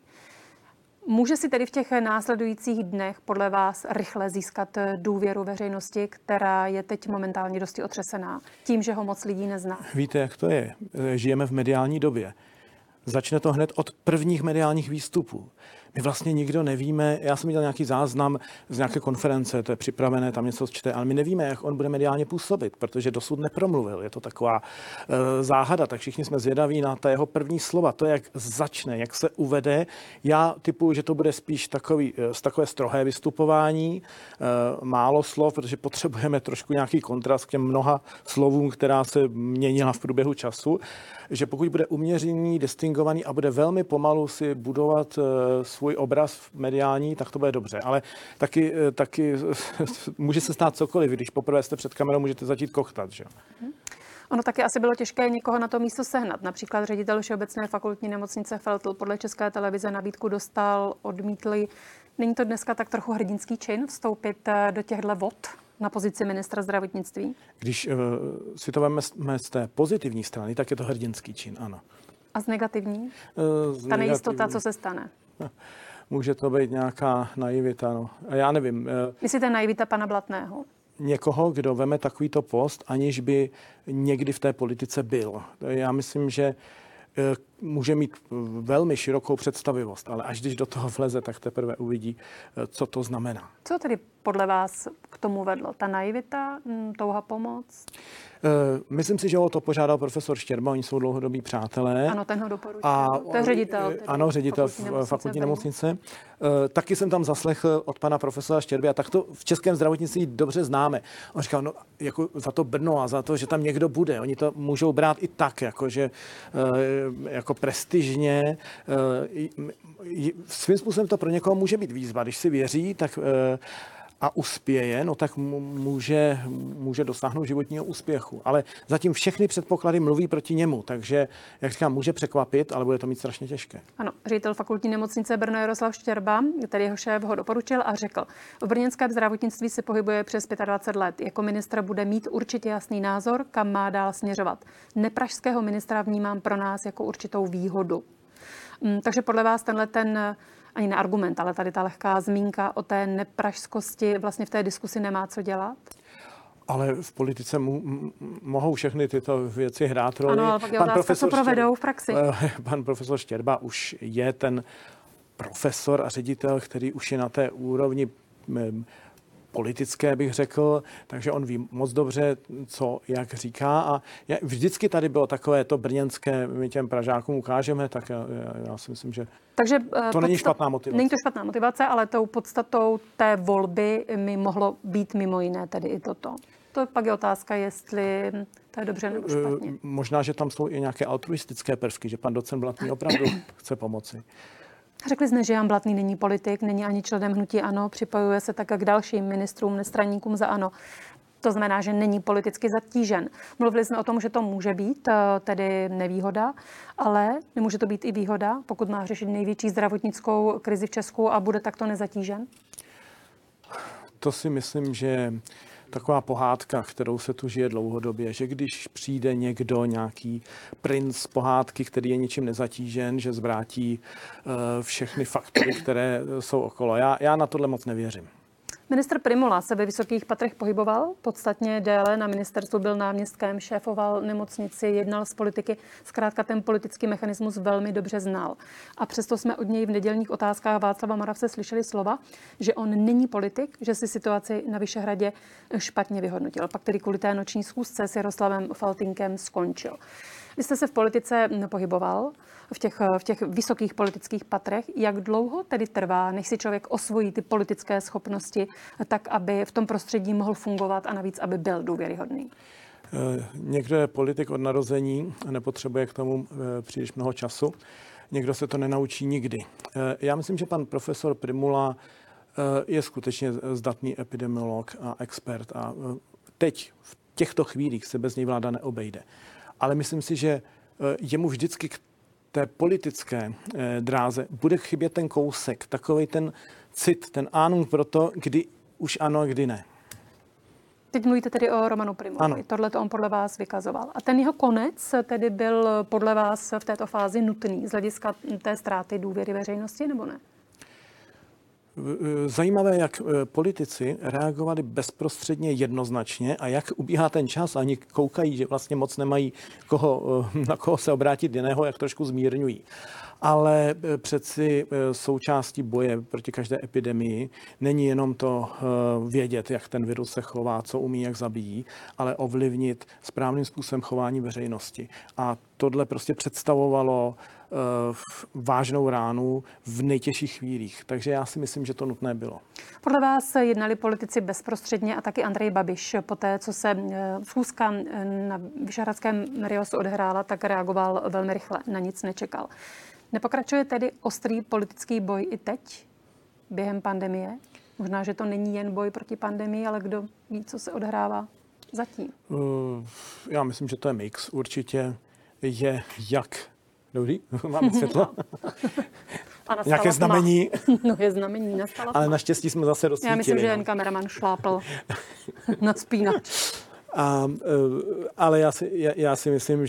Může si tedy v těch následujících dnech podle vás rychle získat důvěru veřejnosti, která je teď momentálně dosti otřesená tím, že ho moc lidí nezná? Víte, jak to je? Žijeme v mediální době. Začne to hned od prvních mediálních výstupů. My vlastně nikdo nevíme, já jsem viděl nějaký záznam z nějaké konference, to je připravené, tam něco čte, ale my nevíme, jak on bude mediálně působit, protože dosud nepromluvil. Je to taková záhada, tak všichni jsme zvědaví na ta jeho první slova, to, jak začne, jak se uvede. Já typuju, že to bude spíš takové strohé vystupování, málo slov, protože potřebujeme trošku nějaký kontrast k těm mnoha slovům, která se měnila v průběhu času, že pokud bude uměřený, distingovaný a bude velmi pomalu si budovat svůj obraz mediální, tak to bude dobře. Ale taky může se stát cokoliv. Když poprvé jste před kamerou, můžete začít kochtat. Že? Ono taky asi bylo těžké někoho na to místo sehnat. Například ředitel Všeobecné fakultní nemocnice Feltl podle České televize nabídku dostal, odmítli. Není to dneska tak trochu hrdinský čin vstoupit do těchto vod na pozici ministra zdravotnictví? Když si to vezmeme z té pozitivní strany, tak je to hrdinský čin, ano. A z negativní? Ta nejistota, co se stane? Může to být nějaká naivita, no. A já nevím. Myslíte naivita pana Blatného? Někoho, kdo veme takovýto post, aniž by někdy v té politice byl. Já myslím, že může mít velmi širokou představivost, ale až když do toho vleze, tak teprve uvidí, co to znamená. Co tedy podle vás k tomu vedlo? Ta naivita, touha pomoct? Myslím si, že o to požádal profesor Štěrba, oni jsou dlouhodobí přátelé. Ano, ten ho doporučil. To je ředitel. Ano, ředitel fakultní nemocnice. Taky jsem tam zaslechl od pana profesora Štěrby, a tak to v českém zdravotnictví dobře známe. On říkal, no, jako za to Brno a za to, že tam někdo bude. Oni to můžou brát i tak, jako prestižně. Svým způsobem to pro někoho může být výzva. Když si věří, tak a uspěje, no tak může dosáhnout životního úspěchu. Ale zatím všechny předpoklady mluví proti němu, takže, jak říkám, může překvapit, ale bude to mít strašně těžké. Ano, ředitel fakultní nemocnice Brno Jaroslav Štěrba, který jeho šéf ho doporučil a řekl, v brněnském zdravotnictví se pohybuje přes 25 let. Jako ministr bude mít určitě jasný názor, kam má dál směřovat. Nepražského ministra vnímám pro nás jako určitou výhodu. Takže podle vás ani ne argument, ale tady ta lehká zmínka o té nepražskosti vlastně v té diskusi nemá co dělat? Ale v politice mohou všechny tyto věci hrát roli. Ano, ale pak je otázka, co provedou v praxi. Pan profesor Štěrba už je ten profesor a ředitel, který už je na té úrovni politické, bych řekl, takže on ví moc dobře, co jak říká. A vždycky tady bylo takové to brněnské, my těm Pražákům ukážeme, tak já si myslím, že to není špatná motivace. Není to špatná motivace, ale tou podstatou té volby mi mohlo být mimo jiné tedy i toto. To pak je otázka, jestli to je dobře nebo špatně. Možná, že tam jsou i nějaké altruistické prvky, že pan docent Blatný opravdu chce pomoci. Řekli jsme, že Jan Blatný není politik, není ani členem hnutí ANO, připojuje se tak k dalším ministrům, nestraníkům za ANO. To znamená, že není politicky zatížen. Mluvili jsme o tom, že to může být tedy nevýhoda, ale nemůže to být i výhoda, pokud má řešit největší zdravotnickou krizi v Česku a bude takto nezatížen? To si myslím, že taková pohádka, kterou se tu žije dlouhodobě, že když přijde někdo, nějaký princ pohádky, který je ničím nezatížen, že zvrátí všechny faktory, které jsou okolo. Já na tohle moc nevěřím. Ministr Prymula se ve vysokých patrech pohyboval, podstatně déle na ministerstvu byl náměstkem, šéfoval nemocnici, jednal s politiky, zkrátka ten politický mechanismus velmi dobře znal. A přesto jsme od něj v nedělních otázkách Václava Moravce slyšeli slova, že on není politik, že si situaci na Vyšehradě špatně vyhodnotil. Pak tedy kvůli té noční schůzce s Jaroslavem Faltýnkem skončil. Vy jste se v politice pohyboval, v těch vysokých politických patrech. Jak dlouho tedy trvá, než si člověk osvojí ty politické schopnosti, tak aby v tom prostředí mohl fungovat a navíc, aby byl důvěryhodný? Někdo je politik od narození a nepotřebuje k tomu příliš mnoho času. Někdo se to nenaučí nikdy. Já myslím, že pan profesor Prymula je skutečně zdatný epidemiolog a expert a teď v těchto chvílích se bez něj vláda neobejde. Ale myslím si, že jemu vždycky k té politické dráze bude chybět ten kousek, takovej ten cit, ten ánung pro to, kdy už ano a kdy ne. Teď mluvíte tedy o Romanu Prymulovi. Tohle to on podle vás vykazoval. A ten jeho konec tedy byl podle vás v této fázi nutný z hlediska té ztráty důvěry veřejnosti, nebo ne? Zajímavé, jak politici reagovali bezprostředně jednoznačně a jak ubíhá ten čas a oni koukají, že vlastně moc nemají na koho se obrátit jiného, jak trošku zmírňují. Ale přeci součástí boje proti každé epidemii není jenom to vědět, jak ten virus se chová, co umí, jak zabíjí, ale ovlivnit správným způsobem chování veřejnosti. A tohle prostě představovalo vážnou ránu v nejtěžších chvílích. Takže já si myslím, že to nutné bylo. Podle vás jednali politici bezprostředně a taky Andrej Babiš. Poté, co se schůzka na Vyšehradském Riosu odehrála, tak reagoval velmi rychle, na nic nečekal. Nepokračuje tedy ostrý politický boj i teď, během pandemie? Možná, že to není jen boj proti pandemii, ale kdo ví, co se odehrává zatím? Já myslím, že to je mix. Určitě je jak... Dobrý, máme světlo. Nějaké znamení. No je znamení, nastala. Ale naštěstí jsme zase rozsvítili. Já myslím, že jen kameraman šlápl na spínač. Ale já si myslím,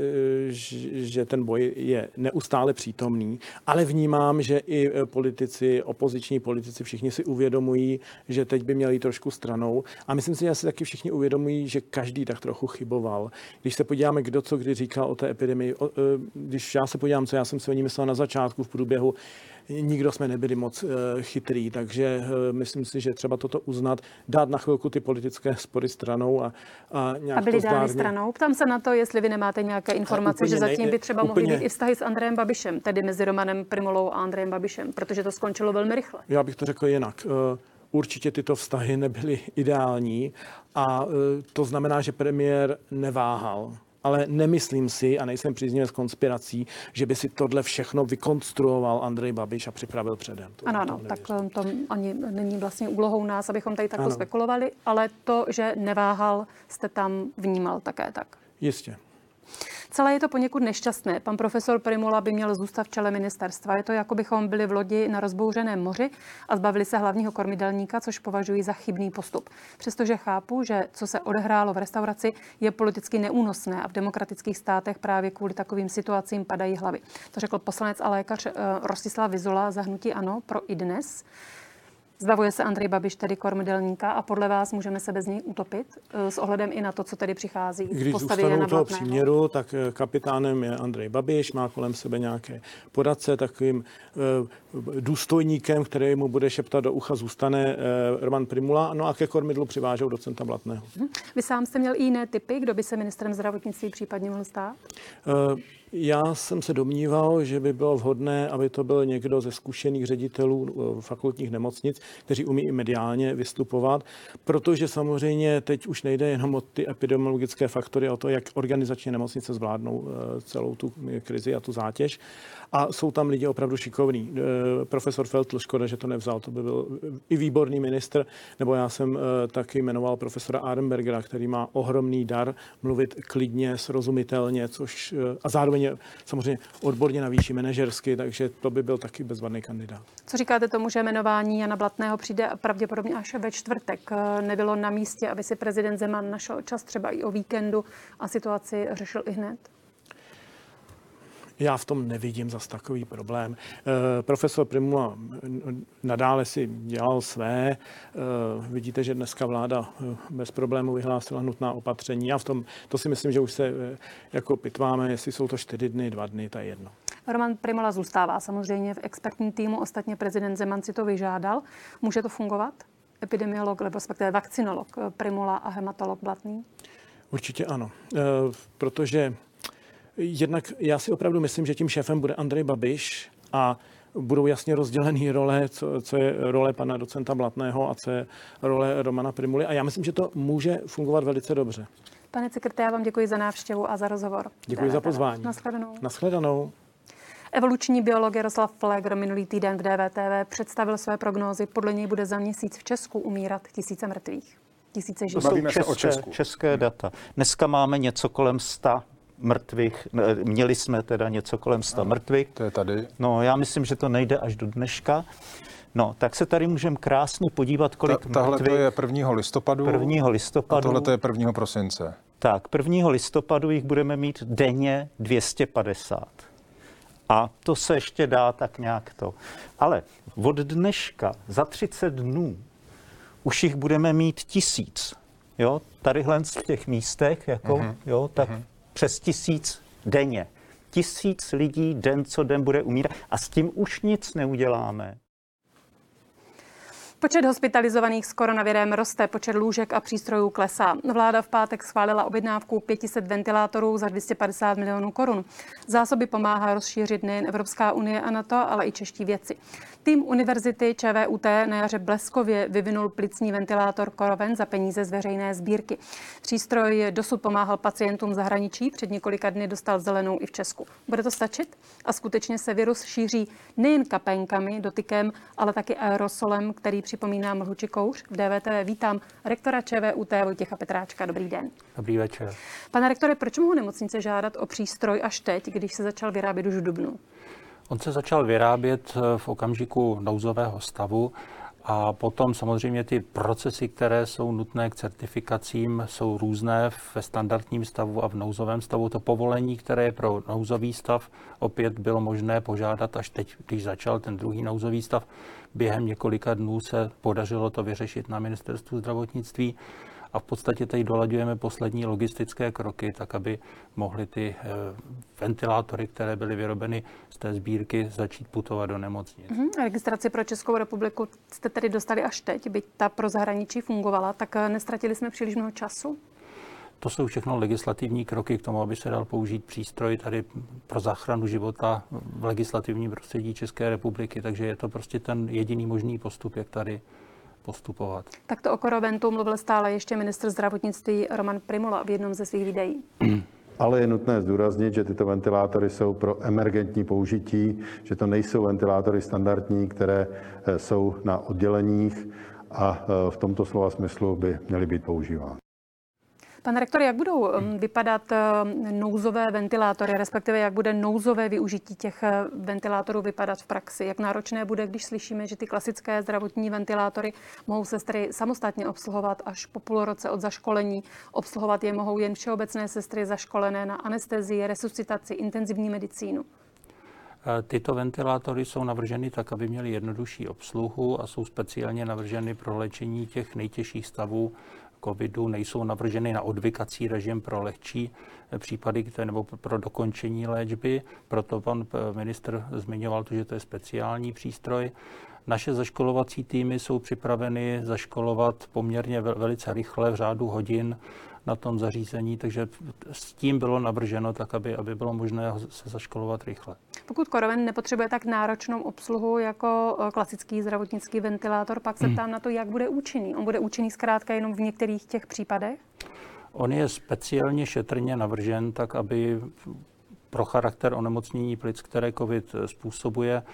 že ten boj je neustále přítomný, ale vnímám, že i politici, opoziční politici, všichni si uvědomují, že teď by měli trošku stranou. A myslím si, že si taky všichni uvědomují, že každý tak trochu chyboval. Když se podíváme, kdo co kdy říkal o té epidemii, když já se podívám, co já jsem si o ní myslel na začátku v průběhu, nikdo jsme nebyli moc chytrý, takže myslím si, že třeba toto uznat, dát na chvilku ty politické spory stranou a nějak byli to dány stranou. Ptám se na to, jestli vy nemáte nějaké informace, že zatím by třeba mohly být i vztahy s Andrejem Babišem, tedy mezi Romanem Prymulou a Andrejem Babišem, protože to skončilo velmi rychle. Já bych to řekl jinak. Určitě tyto vztahy nebyly ideální a to znamená, že premiér neváhal. Ale nemyslím si, a nejsem příznivec konspirací, že by si tohle všechno vykonstruoval Andrej Babiš a připravil předem. Ano, tak to ani není vlastně úlohou nás, abychom tady takto spekulovali, ale to, že neváhal, jste tam vnímal také tak. Jistě. Celé je to poněkud nešťastné. Pan profesor Prymula by měl zůstat v čele ministerstva. Je to, jako bychom byli v lodi na rozbouřeném moři a zbavili se hlavního kormidelníka, což považuji za chybný postup. Přestože chápu, že co se odehrálo v restauraci, je politicky neúnosné a v demokratických státech právě kvůli takovým situacím padají hlavy. To řekl poslanec a lékař Rostislav Vyzula za hnutí ANO pro iDnes. Zbavuje se Andrej Babiš tedy kormidelníka a podle vás můžeme se bez něj utopit s ohledem i na to, co tedy přichází v postavě Jana toho Blatného? příměru, tak kapitánem je Andrej Babiš, má kolem sebe nějaké poradce, takovým důstojníkem, který mu bude šeptat do ucha, zůstane Roman Prymula, no a ke kormidlu přivážou docenta Blatného. Vy sám jste měl i jiné typy, kdo by se ministrem zdravotnictví případně mohl stát? Já jsem se domníval, že by bylo vhodné, aby to byl někdo ze zkušených ředitelů fakultních nemocnic, kteří umí i mediálně vystupovat, protože samozřejmě teď už nejde jenom o ty epidemiologické faktory, o to, jak organizačně nemocnice zvládnou celou tu krizi a tu zátěž. A jsou tam lidi opravdu šikovní. Profesor Feltl, škoda, že to nevzal, to by byl i výborný ministr, nebo já jsem taky jmenoval profesora Arenbergera, který má ohromný dar mluvit klidně, srozumitelně, což a zároveň je samozřejmě odborně na výši manažersky, takže to by byl taky bezvadný kandidát. Co říkáte tomu, že jmenování Jana Blatného přijde pravděpodobně až ve čtvrtek? Nebylo na místě, aby si prezident Zeman našel čas třeba i o víkendu a situaci řešil i hned? Já v tom nevidím zas takový problém. Profesor Prymula nadále si dělal své. Vidíte, že dneska vláda bez problému vyhlásila nutná opatření. Já v tom, to si myslím, že už se jako pitváme, jestli jsou to 4 dny, 2 dny, to je jedno. Roman Prymula zůstává samozřejmě v expertním týmu, ostatně prezident Zeman si to vyžádal. Může to fungovat? Epidemiolog, nebo respektive vakcinolog Prymula a hematolog Blatný? Určitě ano, protože jednak já si opravdu myslím, že tím šéfem bude Andrej Babiš a budou jasně rozdělený role, co je role pana docenta Blatného a co je role Romana Prymuly. A já myslím, že to může fungovat velice dobře. Pane Cikerte, já vám děkuji za návštěvu a za rozhovor. Děkuji za pozvání. Nashledanou. Nashledanou. Evoluční biolog Jaroslav Flegr minulý týden v DVTV představil své prognózy. Podle něj bude za měsíc v Česku umírat tisíce mrtvých. Tisíce živých. Bavíme se o Česku. České data. Dneska máme něco kolem 100 mrtvých. Měli jsme teda něco kolem 100 mrtvých. To je tady. No, já myslím, že to nejde až do dneška. No, tak se tady můžeme krásně podívat, kolik mrtvých. Tahle to je 1. listopadu. 1. listopadu. A tohle to je 1. prosince. Tak, 1. listopadu jich budeme mít denně 250. A to se ještě dá tak nějak to. Ale od dneška za 30 dnů už jich budeme mít 1000. Jo, tadyhle v těch místech, jako, jo, tak přes 1000 denně. 1000 lidí den co den bude umírat a s tím už nic neuděláme. Počet hospitalizovaných s koronavirem roste, počet lůžek a přístrojů klesá. Vláda v pátek schválila objednávku 500 ventilátorů za 250 milionů korun. Zásoby pomáhá rozšířit nejen Evropská unie a NATO, ale i čeští vědci. Tým univerzity ČVUT na jaře bleskově vyvinul plicní ventilátor Koroven za peníze z veřejné sbírky. Přístroj dosud pomáhal pacientům v zahraničí, před několika dny dostal zelenou i v Česku. Bude to stačit? A skutečně se virus šíří nejen kapénkami, dotykem, ale taky aerosolem, který připomíná mlhu či kouř. V DVTV vítám rektora ČVUT Vojtěcha Petráčka. Dobrý den. Dobrý večer. Pane rektore, proč mohou nemocnice žádat o přístroj až teď, když se začal vyrábět už v dubnu? On se začal vyrábět v okamžiku nouzového stavu a potom samozřejmě ty procesy, které jsou nutné k certifikacím, jsou různé ve standardním stavu a v nouzovém stavu. To povolení, které je pro nouzový stav, opět bylo možné požádat až teď, když začal ten druhý nouzový stav. Během několika dnů se podařilo to vyřešit na ministerstvu zdravotnictví. A v podstatě tady dolaďujeme poslední logistické kroky, tak aby mohly ty ventilátory, které byly vyrobeny z té sbírky, začít putovat do nemocnic. Registraci pro Českou republiku jste tedy dostali až teď, byť ta pro zahraničí fungovala, tak nestratili jsme příliš mnoho času? To jsou všechno legislativní kroky k tomu, aby se dal použít přístroj tady pro záchranu života v legislativním prostředí České republiky, takže je to prostě ten jediný možný postup, jak tady postupovat. Takto o Koroventu mluvil stále ještě ministr zdravotnictví Roman Prymula v jednom ze svých videí. Ale je nutné zdůraznit, že tyto ventilátory jsou pro emergentní použití, že to nejsou ventilátory standardní, které jsou na odděleních a v tomto slova smyslu by měly být používány. Pane rektore, jak budou vypadat nouzové ventilátory, respektive jak bude nouzové využití těch ventilátorů vypadat v praxi? Jak náročné bude, když slyšíme, že ty klasické zdravotní ventilátory mohou sestry samostatně obsluhovat až po půl roce od zaškolení. Obsluhovat je mohou jen všeobecné sestry zaškolené na anestezii, resuscitaci, intenzivní medicínu. Tyto ventilátory jsou navrženy tak, aby měly jednodušší obsluhu a jsou speciálně navrženy pro léčení těch nejtěžších stavů covidu, nejsou navrženy na odvykací režim pro lehčí případy nebo pro dokončení léčby. Proto pan ministr zmiňoval to, že to je speciální přístroj. Naše zaškolovací týmy jsou připraveny zaškolovat poměrně velice rychle v řádu hodin na tom zařízení, takže s tím bylo navrženo tak, aby bylo možné se zaškolovat rychle. Pokud Koroven nepotřebuje tak náročnou obsluhu jako klasický zdravotnický ventilátor, pak se ptám na to, jak bude účinný. On bude účinný zkrátka jenom v některých těch případech? On je speciálně šetrně navržen tak, aby pro charakter onemocnění plic, které COVID způsobuje,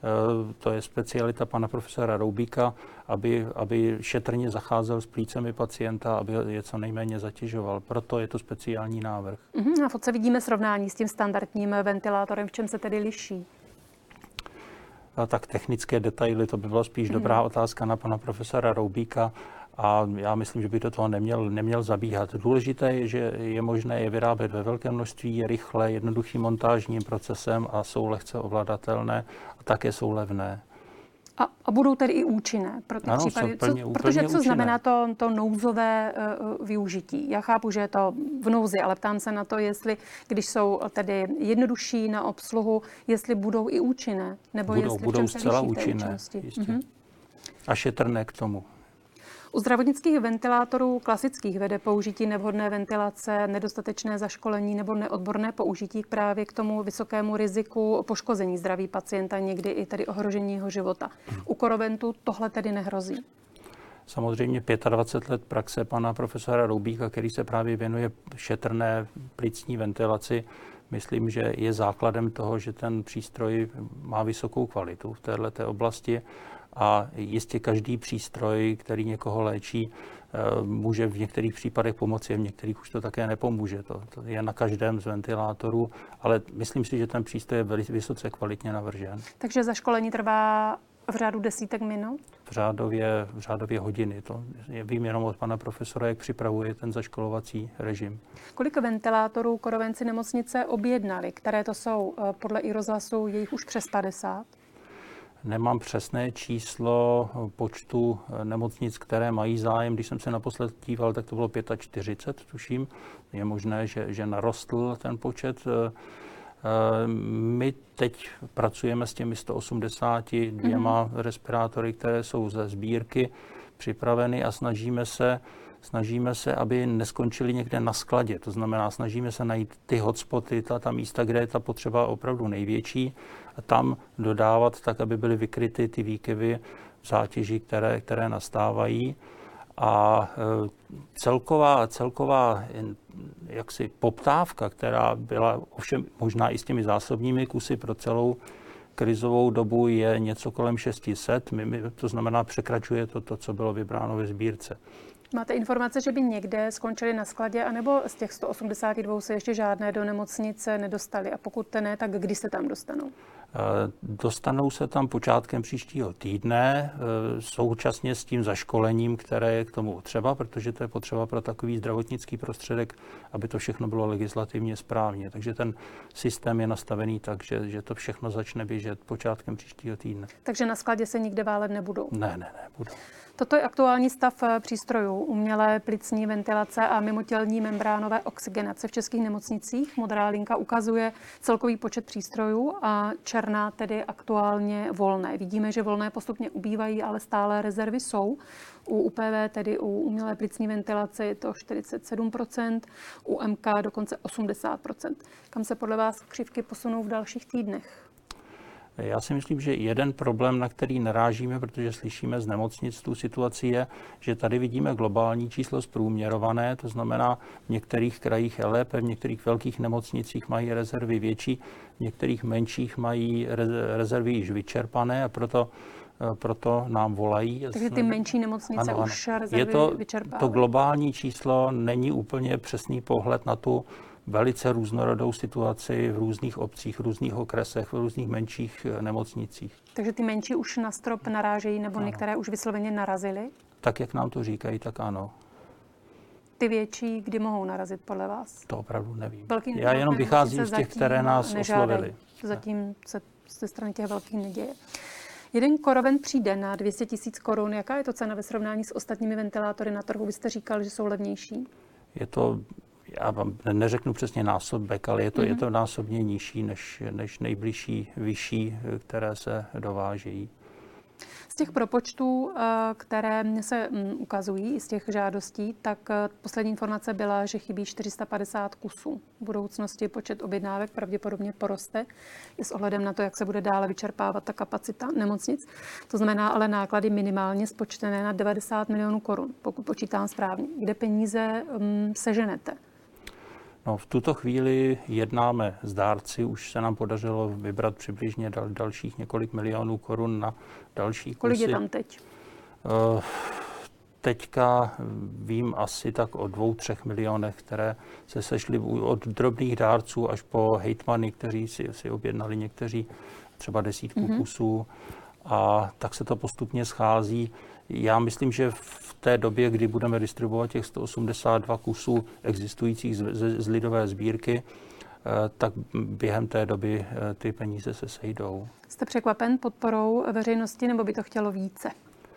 to je specialita pana profesora Roubíka, aby šetrně zacházel s plícemi pacienta, aby je co nejméně zatěžoval. Proto je to speciální návrh. A v fotce vidíme srovnání s tím standardním ventilátorem. V čem se tedy liší? Tak technické detaily, to by byla spíš dobrá otázka na pana profesora Roubíka, A já myslím, že by do toho neměl zabíhat. Důležité je, že je možné je vyrábět ve velkém množství, rychle, jednoduchým montážním procesem a jsou lehce ovladatelné a také jsou levné. A budou tedy i účinné pro ty případy? Protože co znamená to nouzové využití? Já chápu, že je to v nouzi, ale ptám se na to, jestli, když jsou tedy jednodušší na obsluhu, jestli budou i účinné, nebo budou zcela účinné, jistě. A šetrné k tomu. U zdravotnických ventilátorů klasických vede použití nevhodné ventilace, nedostatečné zaškolení nebo neodborné použití právě k tomu vysokému riziku poškození zdraví pacienta, někdy i tedy ohrožení jeho života. U Koroventu tohle tedy nehrozí. Samozřejmě 25 let praxe pana profesora Roubíka, který se právě věnuje šetrné plicní ventilaci, myslím, že je základem toho, že ten přístroj má vysokou kvalitu v této oblasti. A jistě každý přístroj, který někoho léčí, může v některých případech pomoci, v některých už to také nepomůže. To je na každém z ventilátorů, ale myslím si, že ten přístroj je vysoce kvalitně navržen. Takže zaškolení trvá v řádu desítek minut? V řádově hodiny. To vím jenom od pana profesora, jak připravuje ten zaškolovací režim. Kolik ventilátorů Korovenci nemocnice objednali? Které to jsou? Podle iRozhlasu je jich už přes 50? Nemám přesné číslo počtu nemocnic, které mají zájem. Když jsem se naposled díval, tak to bylo 45, tuším. Je možné, že narostl ten počet. My teď pracujeme s těmi 182 respirátory, které jsou ze sbírky připraveny a snažíme se, aby neskončili někde na skladě. To znamená, snažíme se najít ty hotspoty, ta místa, kde je ta potřeba opravdu největší a tam dodávat tak, aby byly vykryty ty výkyvy v zátěži, které nastávají. A celková jaksi poptávka, která byla ovšem možná i s těmi zásobními kusy pro celou krizovou dobu, je něco kolem 600. To znamená, překračuje to, co bylo vybráno ve sbírce. Máte informace, že by někde skončili na skladě, anebo z těch 182 se ještě žádné do nemocnice nedostali? A pokud ne, tak kdy se tam dostanou? Dostanou se tam počátkem příštího týdne, současně s tím zaškolením, které je k tomu třeba, protože to je potřeba pro takový zdravotnický prostředek, aby to všechno bylo legislativně správně. Takže ten systém je nastavený tak, že to všechno začne běžet počátkem příštího týdne. Takže na skladě se nikde válet nebudou? Ne, budou. Toto je aktuální stav přístrojů umělé plicní ventilace a mimotělní membránové oxygenace v českých nemocnicích. Modrá linka ukazuje celkový počet přístrojů a černá tedy aktuálně volné. Vidíme, že volné postupně ubývají, ale stále rezervy jsou. U UPV, tedy u umělé plicní ventilace, je to 47%, u MK dokonce 80%. Kam se podle vás křivky posunou v dalších týdnech? Já si myslím, že jeden problém, na který narážíme, protože slyšíme z nemocnic tu situaci, je, že tady vidíme globální číslo zprůměrované, to znamená, v některých krajích je lépe, v některých velkých nemocnicích mají rezervy větší, v některých menších mají rezervy již vyčerpané a proto nám volají. Takže ty menší nemocnice už rezervy vyčerpávají. To globální číslo není úplně přesný pohled na tu velice různorodou situaci v různých obcích, v různých okresech, v různých menších nemocnicích. Takže ty menší už na strop narážejí, nebo některé už vysloveně narazily? Tak, jak nám to říkají, tak ano. Ty větší, kdy mohou narazit podle vás? To opravdu nevím. Já jenom vycházím z těch, které nás oslovili. Zatím se ze strany těch velkých neděje. Jeden Korovent přijde na 200 000 korun. Jaká je to cena ve srovnání s ostatními ventilátory na trhu? Vy jste říkal, že jsou levnější. Je to, já vám neřeknu přesně násobek, ale je to násobně nižší než nejbližší vyšší, které se dovážejí. Z těch propočtů, které se ukazují, z těch žádostí, tak poslední informace byla, že chybí 450 kusů. V budoucnosti počet objednávek pravděpodobně poroste i s ohledem na to, jak se bude dále vyčerpávat ta kapacita nemocnic. To znamená ale náklady minimálně spočtené na 90 milionů korun, pokud počítám správně. Kde peníze seženete? No, v tuto chvíli jednáme s dárci, už se nám podařilo vybrat přibližně dalších několik milionů korun na další kusy. Kolik je tam teď? Teďka vím asi tak o 2-3 milionech, které se sešly od drobných dárců až po hejtmany, kteří si objednali někteří třeba desítku kusů. A tak se to postupně schází. Já myslím, že v té době, kdy budeme distribuovat těch 182 kusů existujících z lidové sbírky, tak během té doby ty peníze se sejdou. Jste překvapen podporou veřejnosti, nebo by to chtělo více?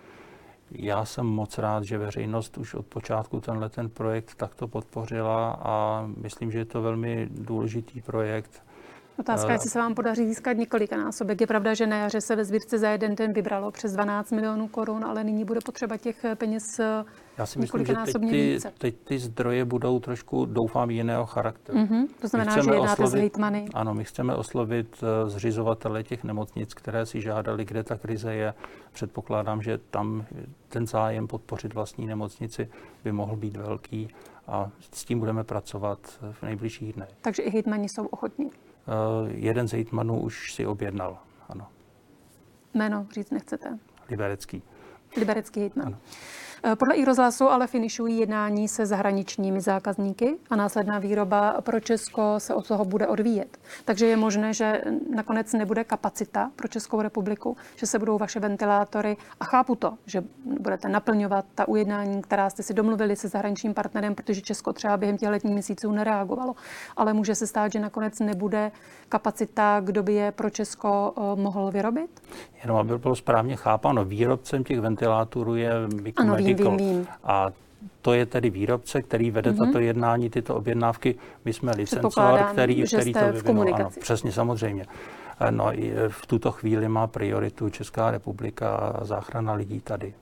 Já jsem moc rád, že veřejnost už od počátku ten projekt takto podpořila a myslím, že je to velmi důležitý projekt. Otázka, jestli se vám podaří získat několikanásobek. Je pravda, že na jaře se ve sbírce za jeden den vybralo přes 12 milionů korun, ale nyní bude potřeba těch peněz já si myslím, že teď ty zdroje budou trošku, doufám, jiného charakteru. To znamená, že jednáte s hejtmany. Ano, my chceme oslovit zřizovatele těch nemocnic, které si žádali, kde ta krize je. Předpokládám, že tam ten zájem podpořit vlastní nemocnici by mohl být velký a s tím budeme pracovat v nejbližších dnech. Takže i hejtmani jsou ochotní? Jeden z hejtmanů už si objednal, ano. Jméno říct nechcete? Liberecký. Liberecký hejtman. Ano. Podle iRozhlasu ale finišují jednání se zahraničními zákazníky a následná výroba pro Česko se od toho bude odvíjet. Takže je možné, že nakonec nebude kapacita pro Českou republiku, že se budou vaše ventilátory, a chápu to, že budete naplňovat ta ujednání, která jste si domluvili se zahraničním partnerem, protože Česko třeba během těch letních měsíců nereagovalo. Ale může se stát, že nakonec nebude kapacita, kdo by je pro Česko mohl vyrobit? Jenom aby bylo správně chápáno, výrobcem těch ventilátorů je Mikko Medical. Vím. A to je tedy výrobce, který vede tato jednání, tyto objednávky. My jsme licencovali, který to vyvinul. Ano, přesně, samozřejmě. No, v tuto chvíli má prioritu Česká republika a záchrana lidí tady.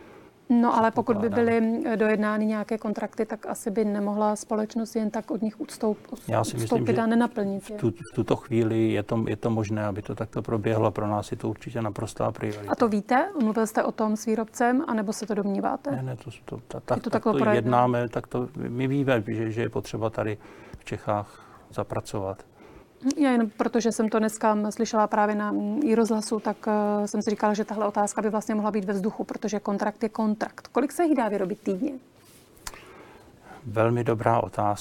No ale pokud by byly dojednány nějaké kontrakty, tak asi by nemohla společnost jen tak od nich ustoupit a nenaplnit je. V tuto chvíli je to možné, aby to takto proběhlo. Pro nás je to určitě naprostá priorita. A to víte? Mluvil jste o tom s výrobcem, anebo se to domníváte? Ne, to jednáme, my víme, že je potřeba tady v Čechách zapracovat. Já jen protože jsem to dneska slyšela právě na iRozhlasu, tak jsem si říkala, že tahle otázka by vlastně mohla být ve vzduchu, protože kontrakt je kontrakt. Kolik se jich dá vyrobit týdně? Velmi dobrá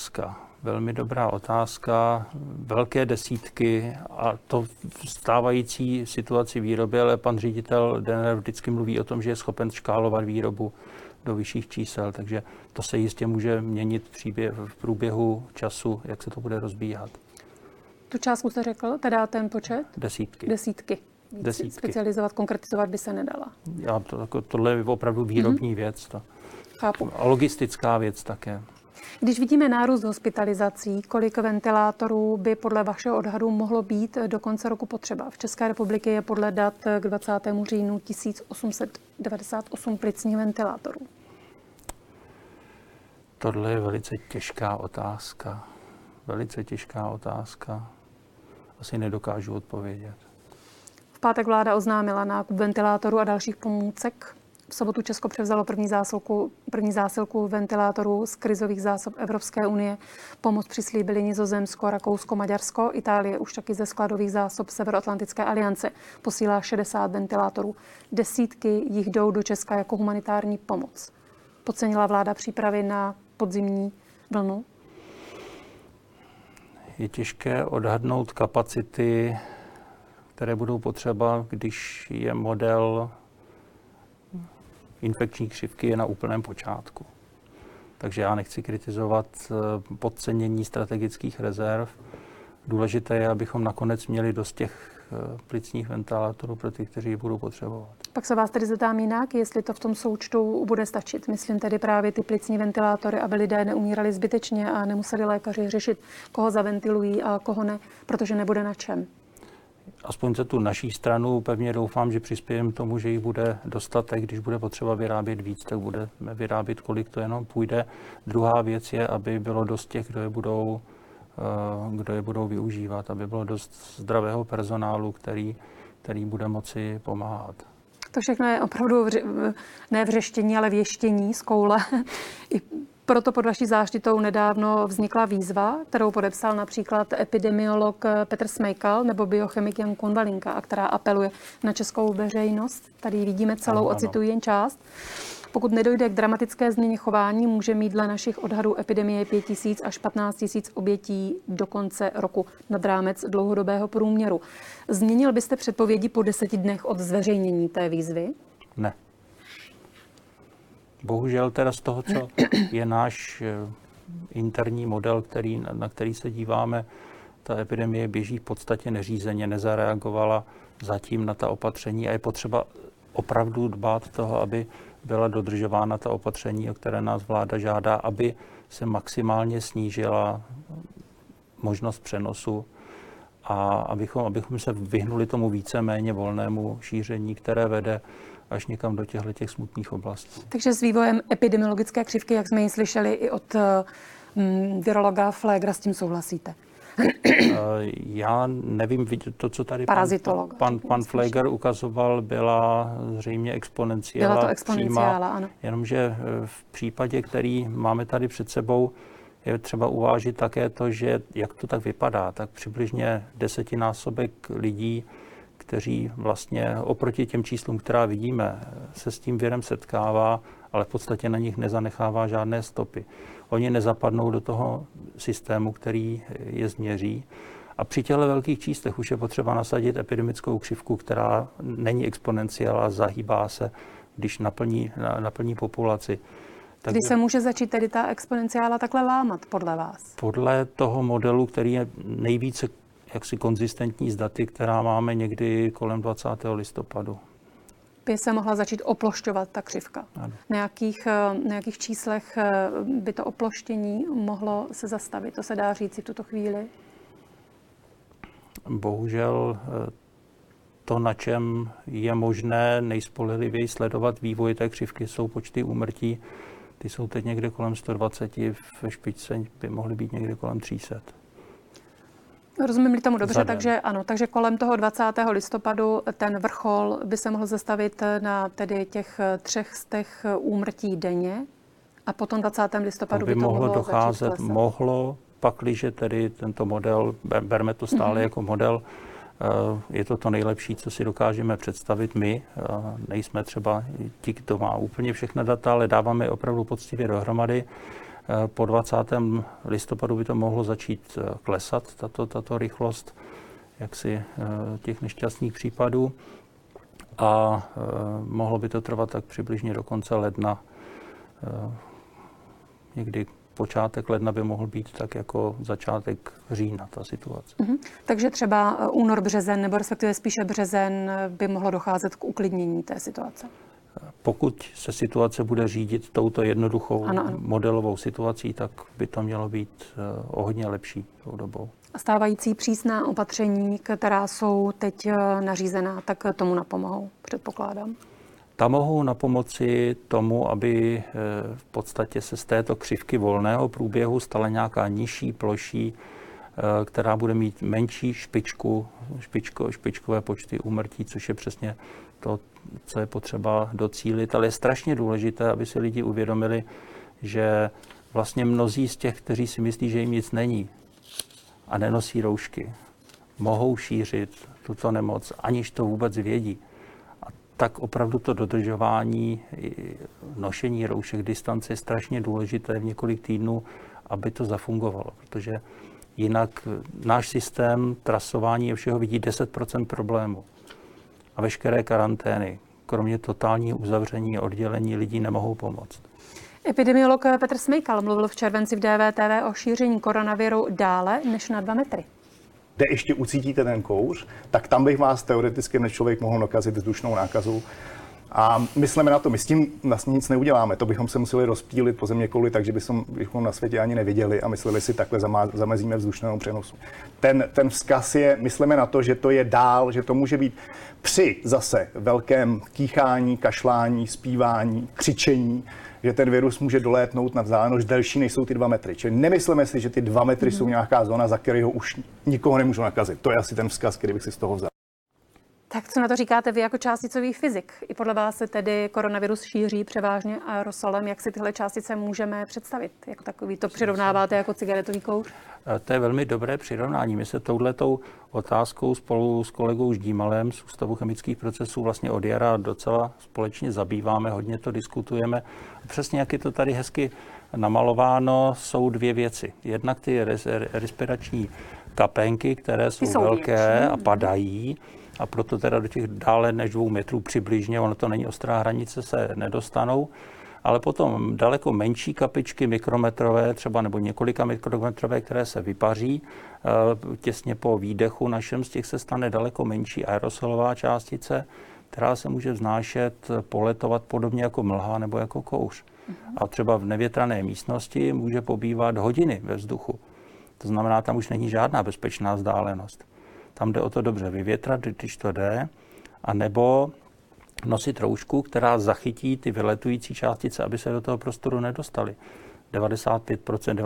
otázka. Velké desítky a to v stávající situaci výroby, ale pan ředitel Denner vždycky mluví o tom, že je schopen škálovat výrobu do vyšších čísel, takže to se jistě může měnit v průběhu času, jak se to bude rozbíhat. Tu částku jste řekl, teda ten počet? Desítky. Specializovat, konkretizovat by se nedala. Tohle je opravdu výrobní věc. Chápu. A logistická věc také. Když vidíme nárůst hospitalizací, kolik ventilátorů by podle vašeho odhadu mohlo být do konce roku potřeba? V České republice je podle dat k 20. říjnu 1898 plicních ventilátorů. Tohle je velice těžká otázka. Asi nedokážu odpovědět. V pátek vláda oznámila nákup ventilátorů a dalších pomůcek. V sobotu Česko převzalo první zásilku ventilátorů z krizových zásob Evropské unie. Pomoc přislíbili Nizozemsko, Rakousko, Maďarsko. Itálie už taky ze skladových zásob Severoatlantické aliance posílá 60 ventilátorů. Desítky jich jdou do Česka jako humanitární pomoc. Podcenila vláda přípravy na podzimní vlnu? Je těžké odhadnout kapacity, které budou potřeba, když je model infekční křivky je na úplném počátku. Takže já nechci kritizovat podcenění strategických rezerv. Důležité je, abychom nakonec měli dost těch plicních ventilátorů pro ty, kteří je budou potřebovat. Pak se vás tedy zeptám jinak, jestli to v tom součtu bude stačit. Myslím tedy právě ty plicní ventilátory, aby lidé neumírali zbytečně a nemuseli lékaři řešit, koho zaventilují a koho ne, protože nebude na čem. Aspoň za tu naší stranu pevně doufám, že přispějeme tomu, že jich bude dostatek. Když bude potřeba vyrábět víc, tak budeme vyrábět, kolik to jenom půjde. Druhá věc je, aby bylo dost těch, kdo je budou využívat, aby bylo dost zdravého personálu, který bude moci pomáhat. To všechno je opravdu ne vřeštění, ale věštění z koule. I proto pod vaší záštitou nedávno vznikla výzva, kterou podepsal například epidemiolog Petr Smejkal nebo biochemik Jan Konvalinka, a která apeluje na českou veřejnost. Tady vidíme celou a cituji jen část. Pokud nedojde k dramatické změně chování, může mít dle našich odhadů epidemie 5 000 až 15 000 obětí do konce roku nad rámec dlouhodobého průměru. Změnil byste předpovědi po 10 dnech od zveřejnění té výzvy? Ne. Bohužel teda z toho, co je náš interní model, na který se díváme, ta epidemie běží v podstatě neřízeně, nezareagovala zatím na ta opatření a je potřeba opravdu dbát toho, aby byla dodržována ta opatření, o které nás vláda žádá, aby se maximálně snížila možnost přenosu a abychom se vyhnuli tomu víceméně volnému šíření, které vede až někam do těchto smutných oblastí. Takže s vývojem epidemiologické křivky, jak jsme ji slyšeli i od virologa Flegera, s tím souhlasíte? Já nevím, to, co tady pan Fleger ukazoval, byla zřejmě exponenciála. Byla to exponenciála, ano. Jenomže v případě, který máme tady před sebou, je třeba uvážit také to, že jak to tak vypadá, tak přibližně 10násobek lidí, kteří vlastně oproti těm číslům, která vidíme, se s tím virem setkává, ale v podstatě na nich nezanechává žádné stopy. Oni nezapadnou do toho systému, který je změří. A při těchto velkých číslech už je potřeba nasadit epidemickou křivku, která není exponenciála, zahýbá se, když naplní populaci. Kdy se může začít tedy ta exponenciála takhle lámat, podle vás? Podle toho modelu, který je nejvíce jaksi konzistentní s daty, která máme někdy kolem 20. listopadu. By se mohla začít oplošťovat ta křivka. Ano. Na jakých číslech by to oploštění mohlo se zastavit? To se dá říct v tuto chvíli? Bohužel to, na čem je možné nejspolehlivěji sledovat vývoj té křivky, jsou počty úmrtí. Ty jsou teď někde kolem 120, ve špičce by mohly být někde kolem 300. Rozumím-li tomu dobře, takže kolem toho 20. listopadu ten vrchol by se mohl zastavit na tedy těch 300 úmrtí denně a potom 20. listopadu by to mohlo docházet. Pakliže tedy tento model, berme to stále jako model, je to nejlepší, co si dokážeme představit my. Nejsme třeba ti, kdo má úplně všechna data, ale dáváme je opravdu poctivě dohromady. Po 20. listopadu by to mohlo začít klesat, tato rychlost jaksi těch nešťastných případů a mohlo by to trvat tak přibližně do konce ledna. Někdy počátek ledna by mohl být tak jako začátek října ta situace. Takže třeba únor, březen, nebo respektive spíše březen by mohlo docházet k uklidnění té situace? Pokud se situace bude řídit touto jednoduchou modelovou situací, tak by to mělo být o hodně lepší tou dobou. A stávající přísná opatření, která jsou teď nařízená, tak tomu napomohou, předpokládám. Ta mohou napomoci tomu, aby v podstatě se z této křivky volného průběhu stala nějaká nižší, ploší, která bude mít menší špičkové počty úmrtí, což je přesně to, co je potřeba docílit. Ale je strašně důležité, aby si lidi uvědomili, že vlastně mnozí z těch, kteří si myslí, že jim nic není a nenosí roušky, mohou šířit tuto nemoc, aniž to vůbec vědí. A tak opravdu to dodržování, nošení roušek, distance je strašně důležité v několik týdnů, aby to zafungovalo, protože jinak náš systém trasování a všeho vidí 10% problému. A veškeré karantény, kromě totálního uzavření a oddělení lidí, nemohou pomoct. Epidemiolog Petr Smejkal mluvil v červenci v DVTV o šíření koronaviru dále než na 2 metry. Kde ještě ucítíte ten kouř, tak tam bych vás teoreticky než člověk mohl nakazit vzdušnou nákazou. A myslíme na to, my s tím vlastně nic neuděláme. To bychom se museli rozptýlit po zeměkouli, takže bychom na světě ani neviděli a mysleli si, takhle zamezíme vzdušnému přenosu. Ten vzkaz je, myslíme na to, že to je dál, že to může být při zase velkém kýchání, kašlání, zpívání, křičení, že ten virus může dolétnout na vzdálenost delší, než jsou ty 2 metry. Čili nemyslíme si, že ty 2 metry jsou nějaká zóna, za kterého už nikoho nemůžu nakazit. To je asi ten vzkaz, který bych si z toho vzal. Tak co na to říkáte vy jako částicový fyzik? I podle vás se tedy koronavirus šíří převážně aerosolem. Jak si tyhle částice můžeme představit? Jako takový to přirovnáváte jako cigaretový kouř? To je velmi dobré přirovnání. My se touhletou otázkou spolu s kolegou Ždímalem z Ústavu chemických procesů vlastně od jara docela společně zabýváme, hodně to diskutujeme. Přesně jak je to tady hezky namalováno, jsou 2 věci. Jednak ty respirační kapénky, které jsou velké a padají, a proto teda do těch dále než 2 metrů přibližně, ono to není ostrá hranice, se nedostanou. Ale potom daleko menší kapičky mikrometrové, třeba nebo několika mikrometrové, které se vypaří těsně po výdechu našem, z těch se stane daleko menší aerosolová částice, která se může vznášet, poletovat podobně jako mlha nebo jako kouř. A třeba v nevětrané místnosti může pobývat hodiny ve vzduchu. To znamená, tam už není žádná bezpečná vzdálenost. Tam jde o to dobře vyvětrat, když to jde, a nebo nosit roušku, která zachytí ty vyletující částice, aby se do toho prostoru nedostaly. 95%,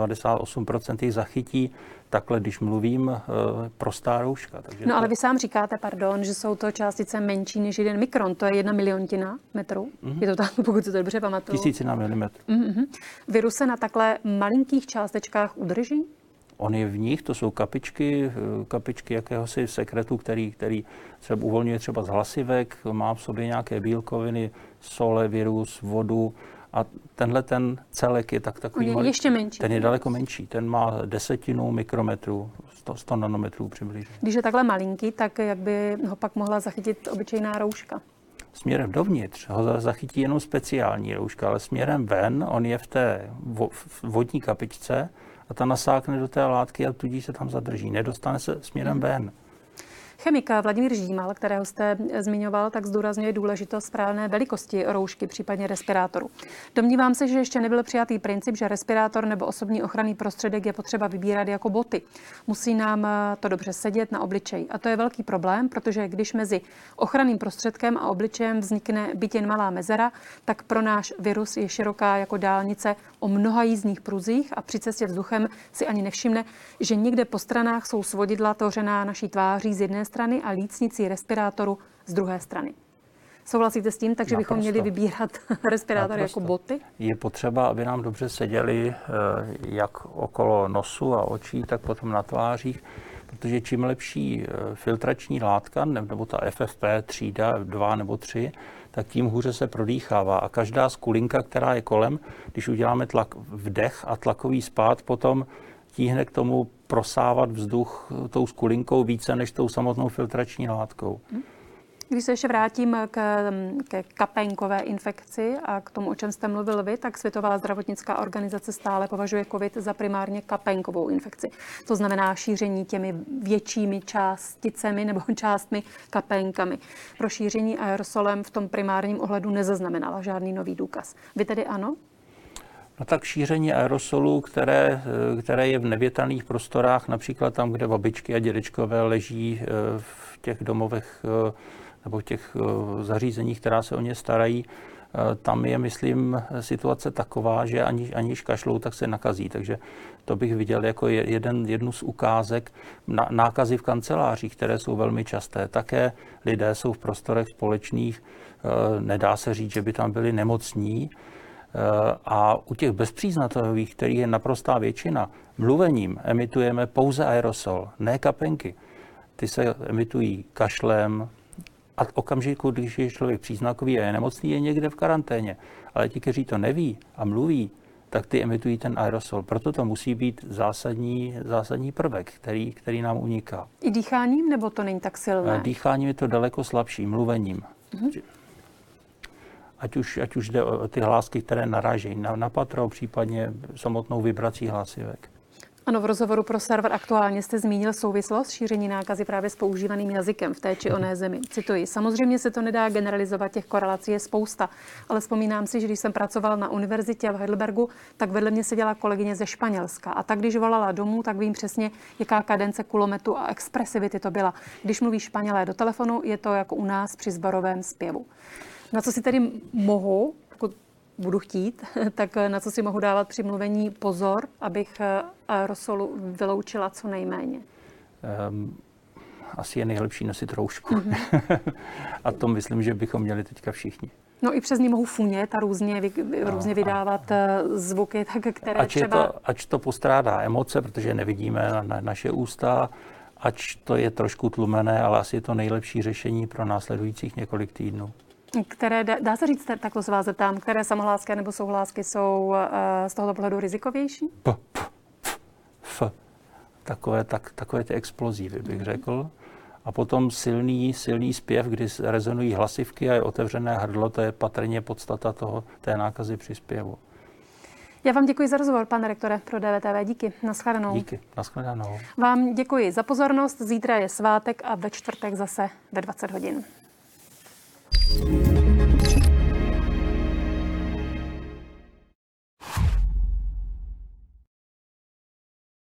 98% jich zachytí takhle, když mluvím, prostá rouška. Takže no ale vy sám říkáte, že jsou to částice menší než 1 mikron, to je 1 miliontina metru. Je to tak, pokud si to dobře pamatuju? 1000 na milimetr. Virus se na takhle malinkých částečkách udrží? On je v nich, to jsou kapičky jakéhosi sekretu, který se uvolňuje třeba z hlasivek, má v sobě nějaké bílkoviny, sole, virus, vodu. A tenhle ten celek je takový malý. Ještě menší. Ten je daleko menší. Ten má 10 mikrometrů, 100 nanometrů přibližně. Když je takhle malinký, tak jak by ho pak mohla zachytit obyčejná rouška? Směrem dovnitř ho zachytí jenom speciální rouška, ale směrem ven, on je v té vodní kapičce a ta nasákne do té látky a tudíž se tam zadrží. Nedostane se směrem ven. Chemik Vladimír Žímal, kterého jste zmiňoval, tak zdůrazňuje důležitost správné velikosti roušky, případně respirátoru. Domnívám se, že ještě nebyl přijatý princip, že respirátor nebo osobní ochranný prostředek je potřeba vybírat jako boty. Musí nám to dobře sedět na obličeji. A to je velký problém, protože když mezi ochranným prostředkem a obličejem vznikne byť jen malá mezera, tak pro náš virus je široká jako dálnice o mnoha jízdních pruzích a při cestě vzduchem si ani nevšimne, že někde po stranách jsou svodidla tvořená naší tváří z jedné strany a lícnicí respirátoru z druhé strany. Souhlasíte s tím, takže bychom měli vybírat respirátory jako boty? Je potřeba, aby nám dobře seděli jak okolo nosu a očí, tak potom na tvářích, protože čím lepší filtrační látka, nebo ta FFP třída 2 nebo 3, tak tím hůře se prodýchává. A každá skulinka, která je kolem, když uděláme vdech a tlakový spád, potom tíhne k tomu prosávat vzduch tou skulinkou více než tou samotnou filtrační látkou. Když se ještě vrátím ke kapénkové infekci a k tomu, o čem jste mluvil vy, tak Světová zdravotnická organizace stále považuje COVID za primárně kapénkovou infekci. To znamená šíření těmi většími částicemi nebo částmi kapénkami. Pro šíření aerosolem v tom primárním ohledu nezaznamenala žádný nový důkaz. Vy tedy ano? No tak šíření aerosolu, které je v nevětraných prostorách, například tam, kde babičky a dědečkové leží v těch domovech nebo v těch zařízeních, která se o ně starají, tam je, myslím, situace taková, že aniž kašlou, tak se nakazí. Takže to bych viděl jako jednu z ukázek nákazy v kancelářích, které jsou velmi časté. Také lidé jsou v prostorech společných, nedá se říct, že by tam byli nemocní. A u těch bezpříznakových, kterých je naprostá většina, mluvením emitujeme pouze aerosol, ne kapénky. Ty se emitují kašlem a okamžiku, když je člověk příznakový a je nemocný, je někde v karanténě. Ale ti, kteří to neví a mluví, tak ty emitují ten aerosol. Proto to musí být zásadní prvek, který nám uniká. I dýcháním, nebo to není tak silné? Dýcháním je to daleko slabší, mluvením. Ať už jde o ty hlásky, které narážejí na patro, případně samotnou vibrací hlasivek. Ano, v rozhovoru pro server Aktuálně jste zmínil souvislost šíření nákazy právě s používaným jazykem v té či oné zemi. Cituji, samozřejmě se to nedá generalizovat, těch korelací je spousta, ale vzpomínám si, že když jsem pracoval na univerzitě v Heidelbergu, tak vedle mě seděla kolegyně ze Španělska a tak, když volala domů, tak vím přesně, jaká kadence kulometu a expresivity to byla. Když mluví Španělé do telefonu, je to jako u nás při sborovém zpěvu. Na co si tedy mohu, pokud budu chtít, tak na co si mohu dávat při mluvení pozor, abych aerosolu vyloučila co nejméně? Asi je nejlepší nosit roušku. A to myslím, že bychom měli teďka všichni. No i přes ní mohu funět a různě vydávat zvuky, které Ač to postrádá emoce, protože nevidíme na naše ústa, ač to je trošku tlumené, ale asi je to nejlepší řešení pro následujících několik týdnů. Které, dá se říct, takhle se vás zeptám, které samohlásky nebo souhlásky jsou z tohoto pohledu rizikovější? Takové ty explozívy bych řekl. A potom silný zpěv, kdy rezonují hlasivky a je otevřené hrdlo, to je patrně podstata té nákazy při zpěvu. Já vám děkuji za rozhovor, pane rektore, pro DVTV. Díky. Naschledanou. Díky. Naschledanou. Vám děkuji za pozornost. Zítra je svátek a ve čtvrtek zase ve 20 hodin.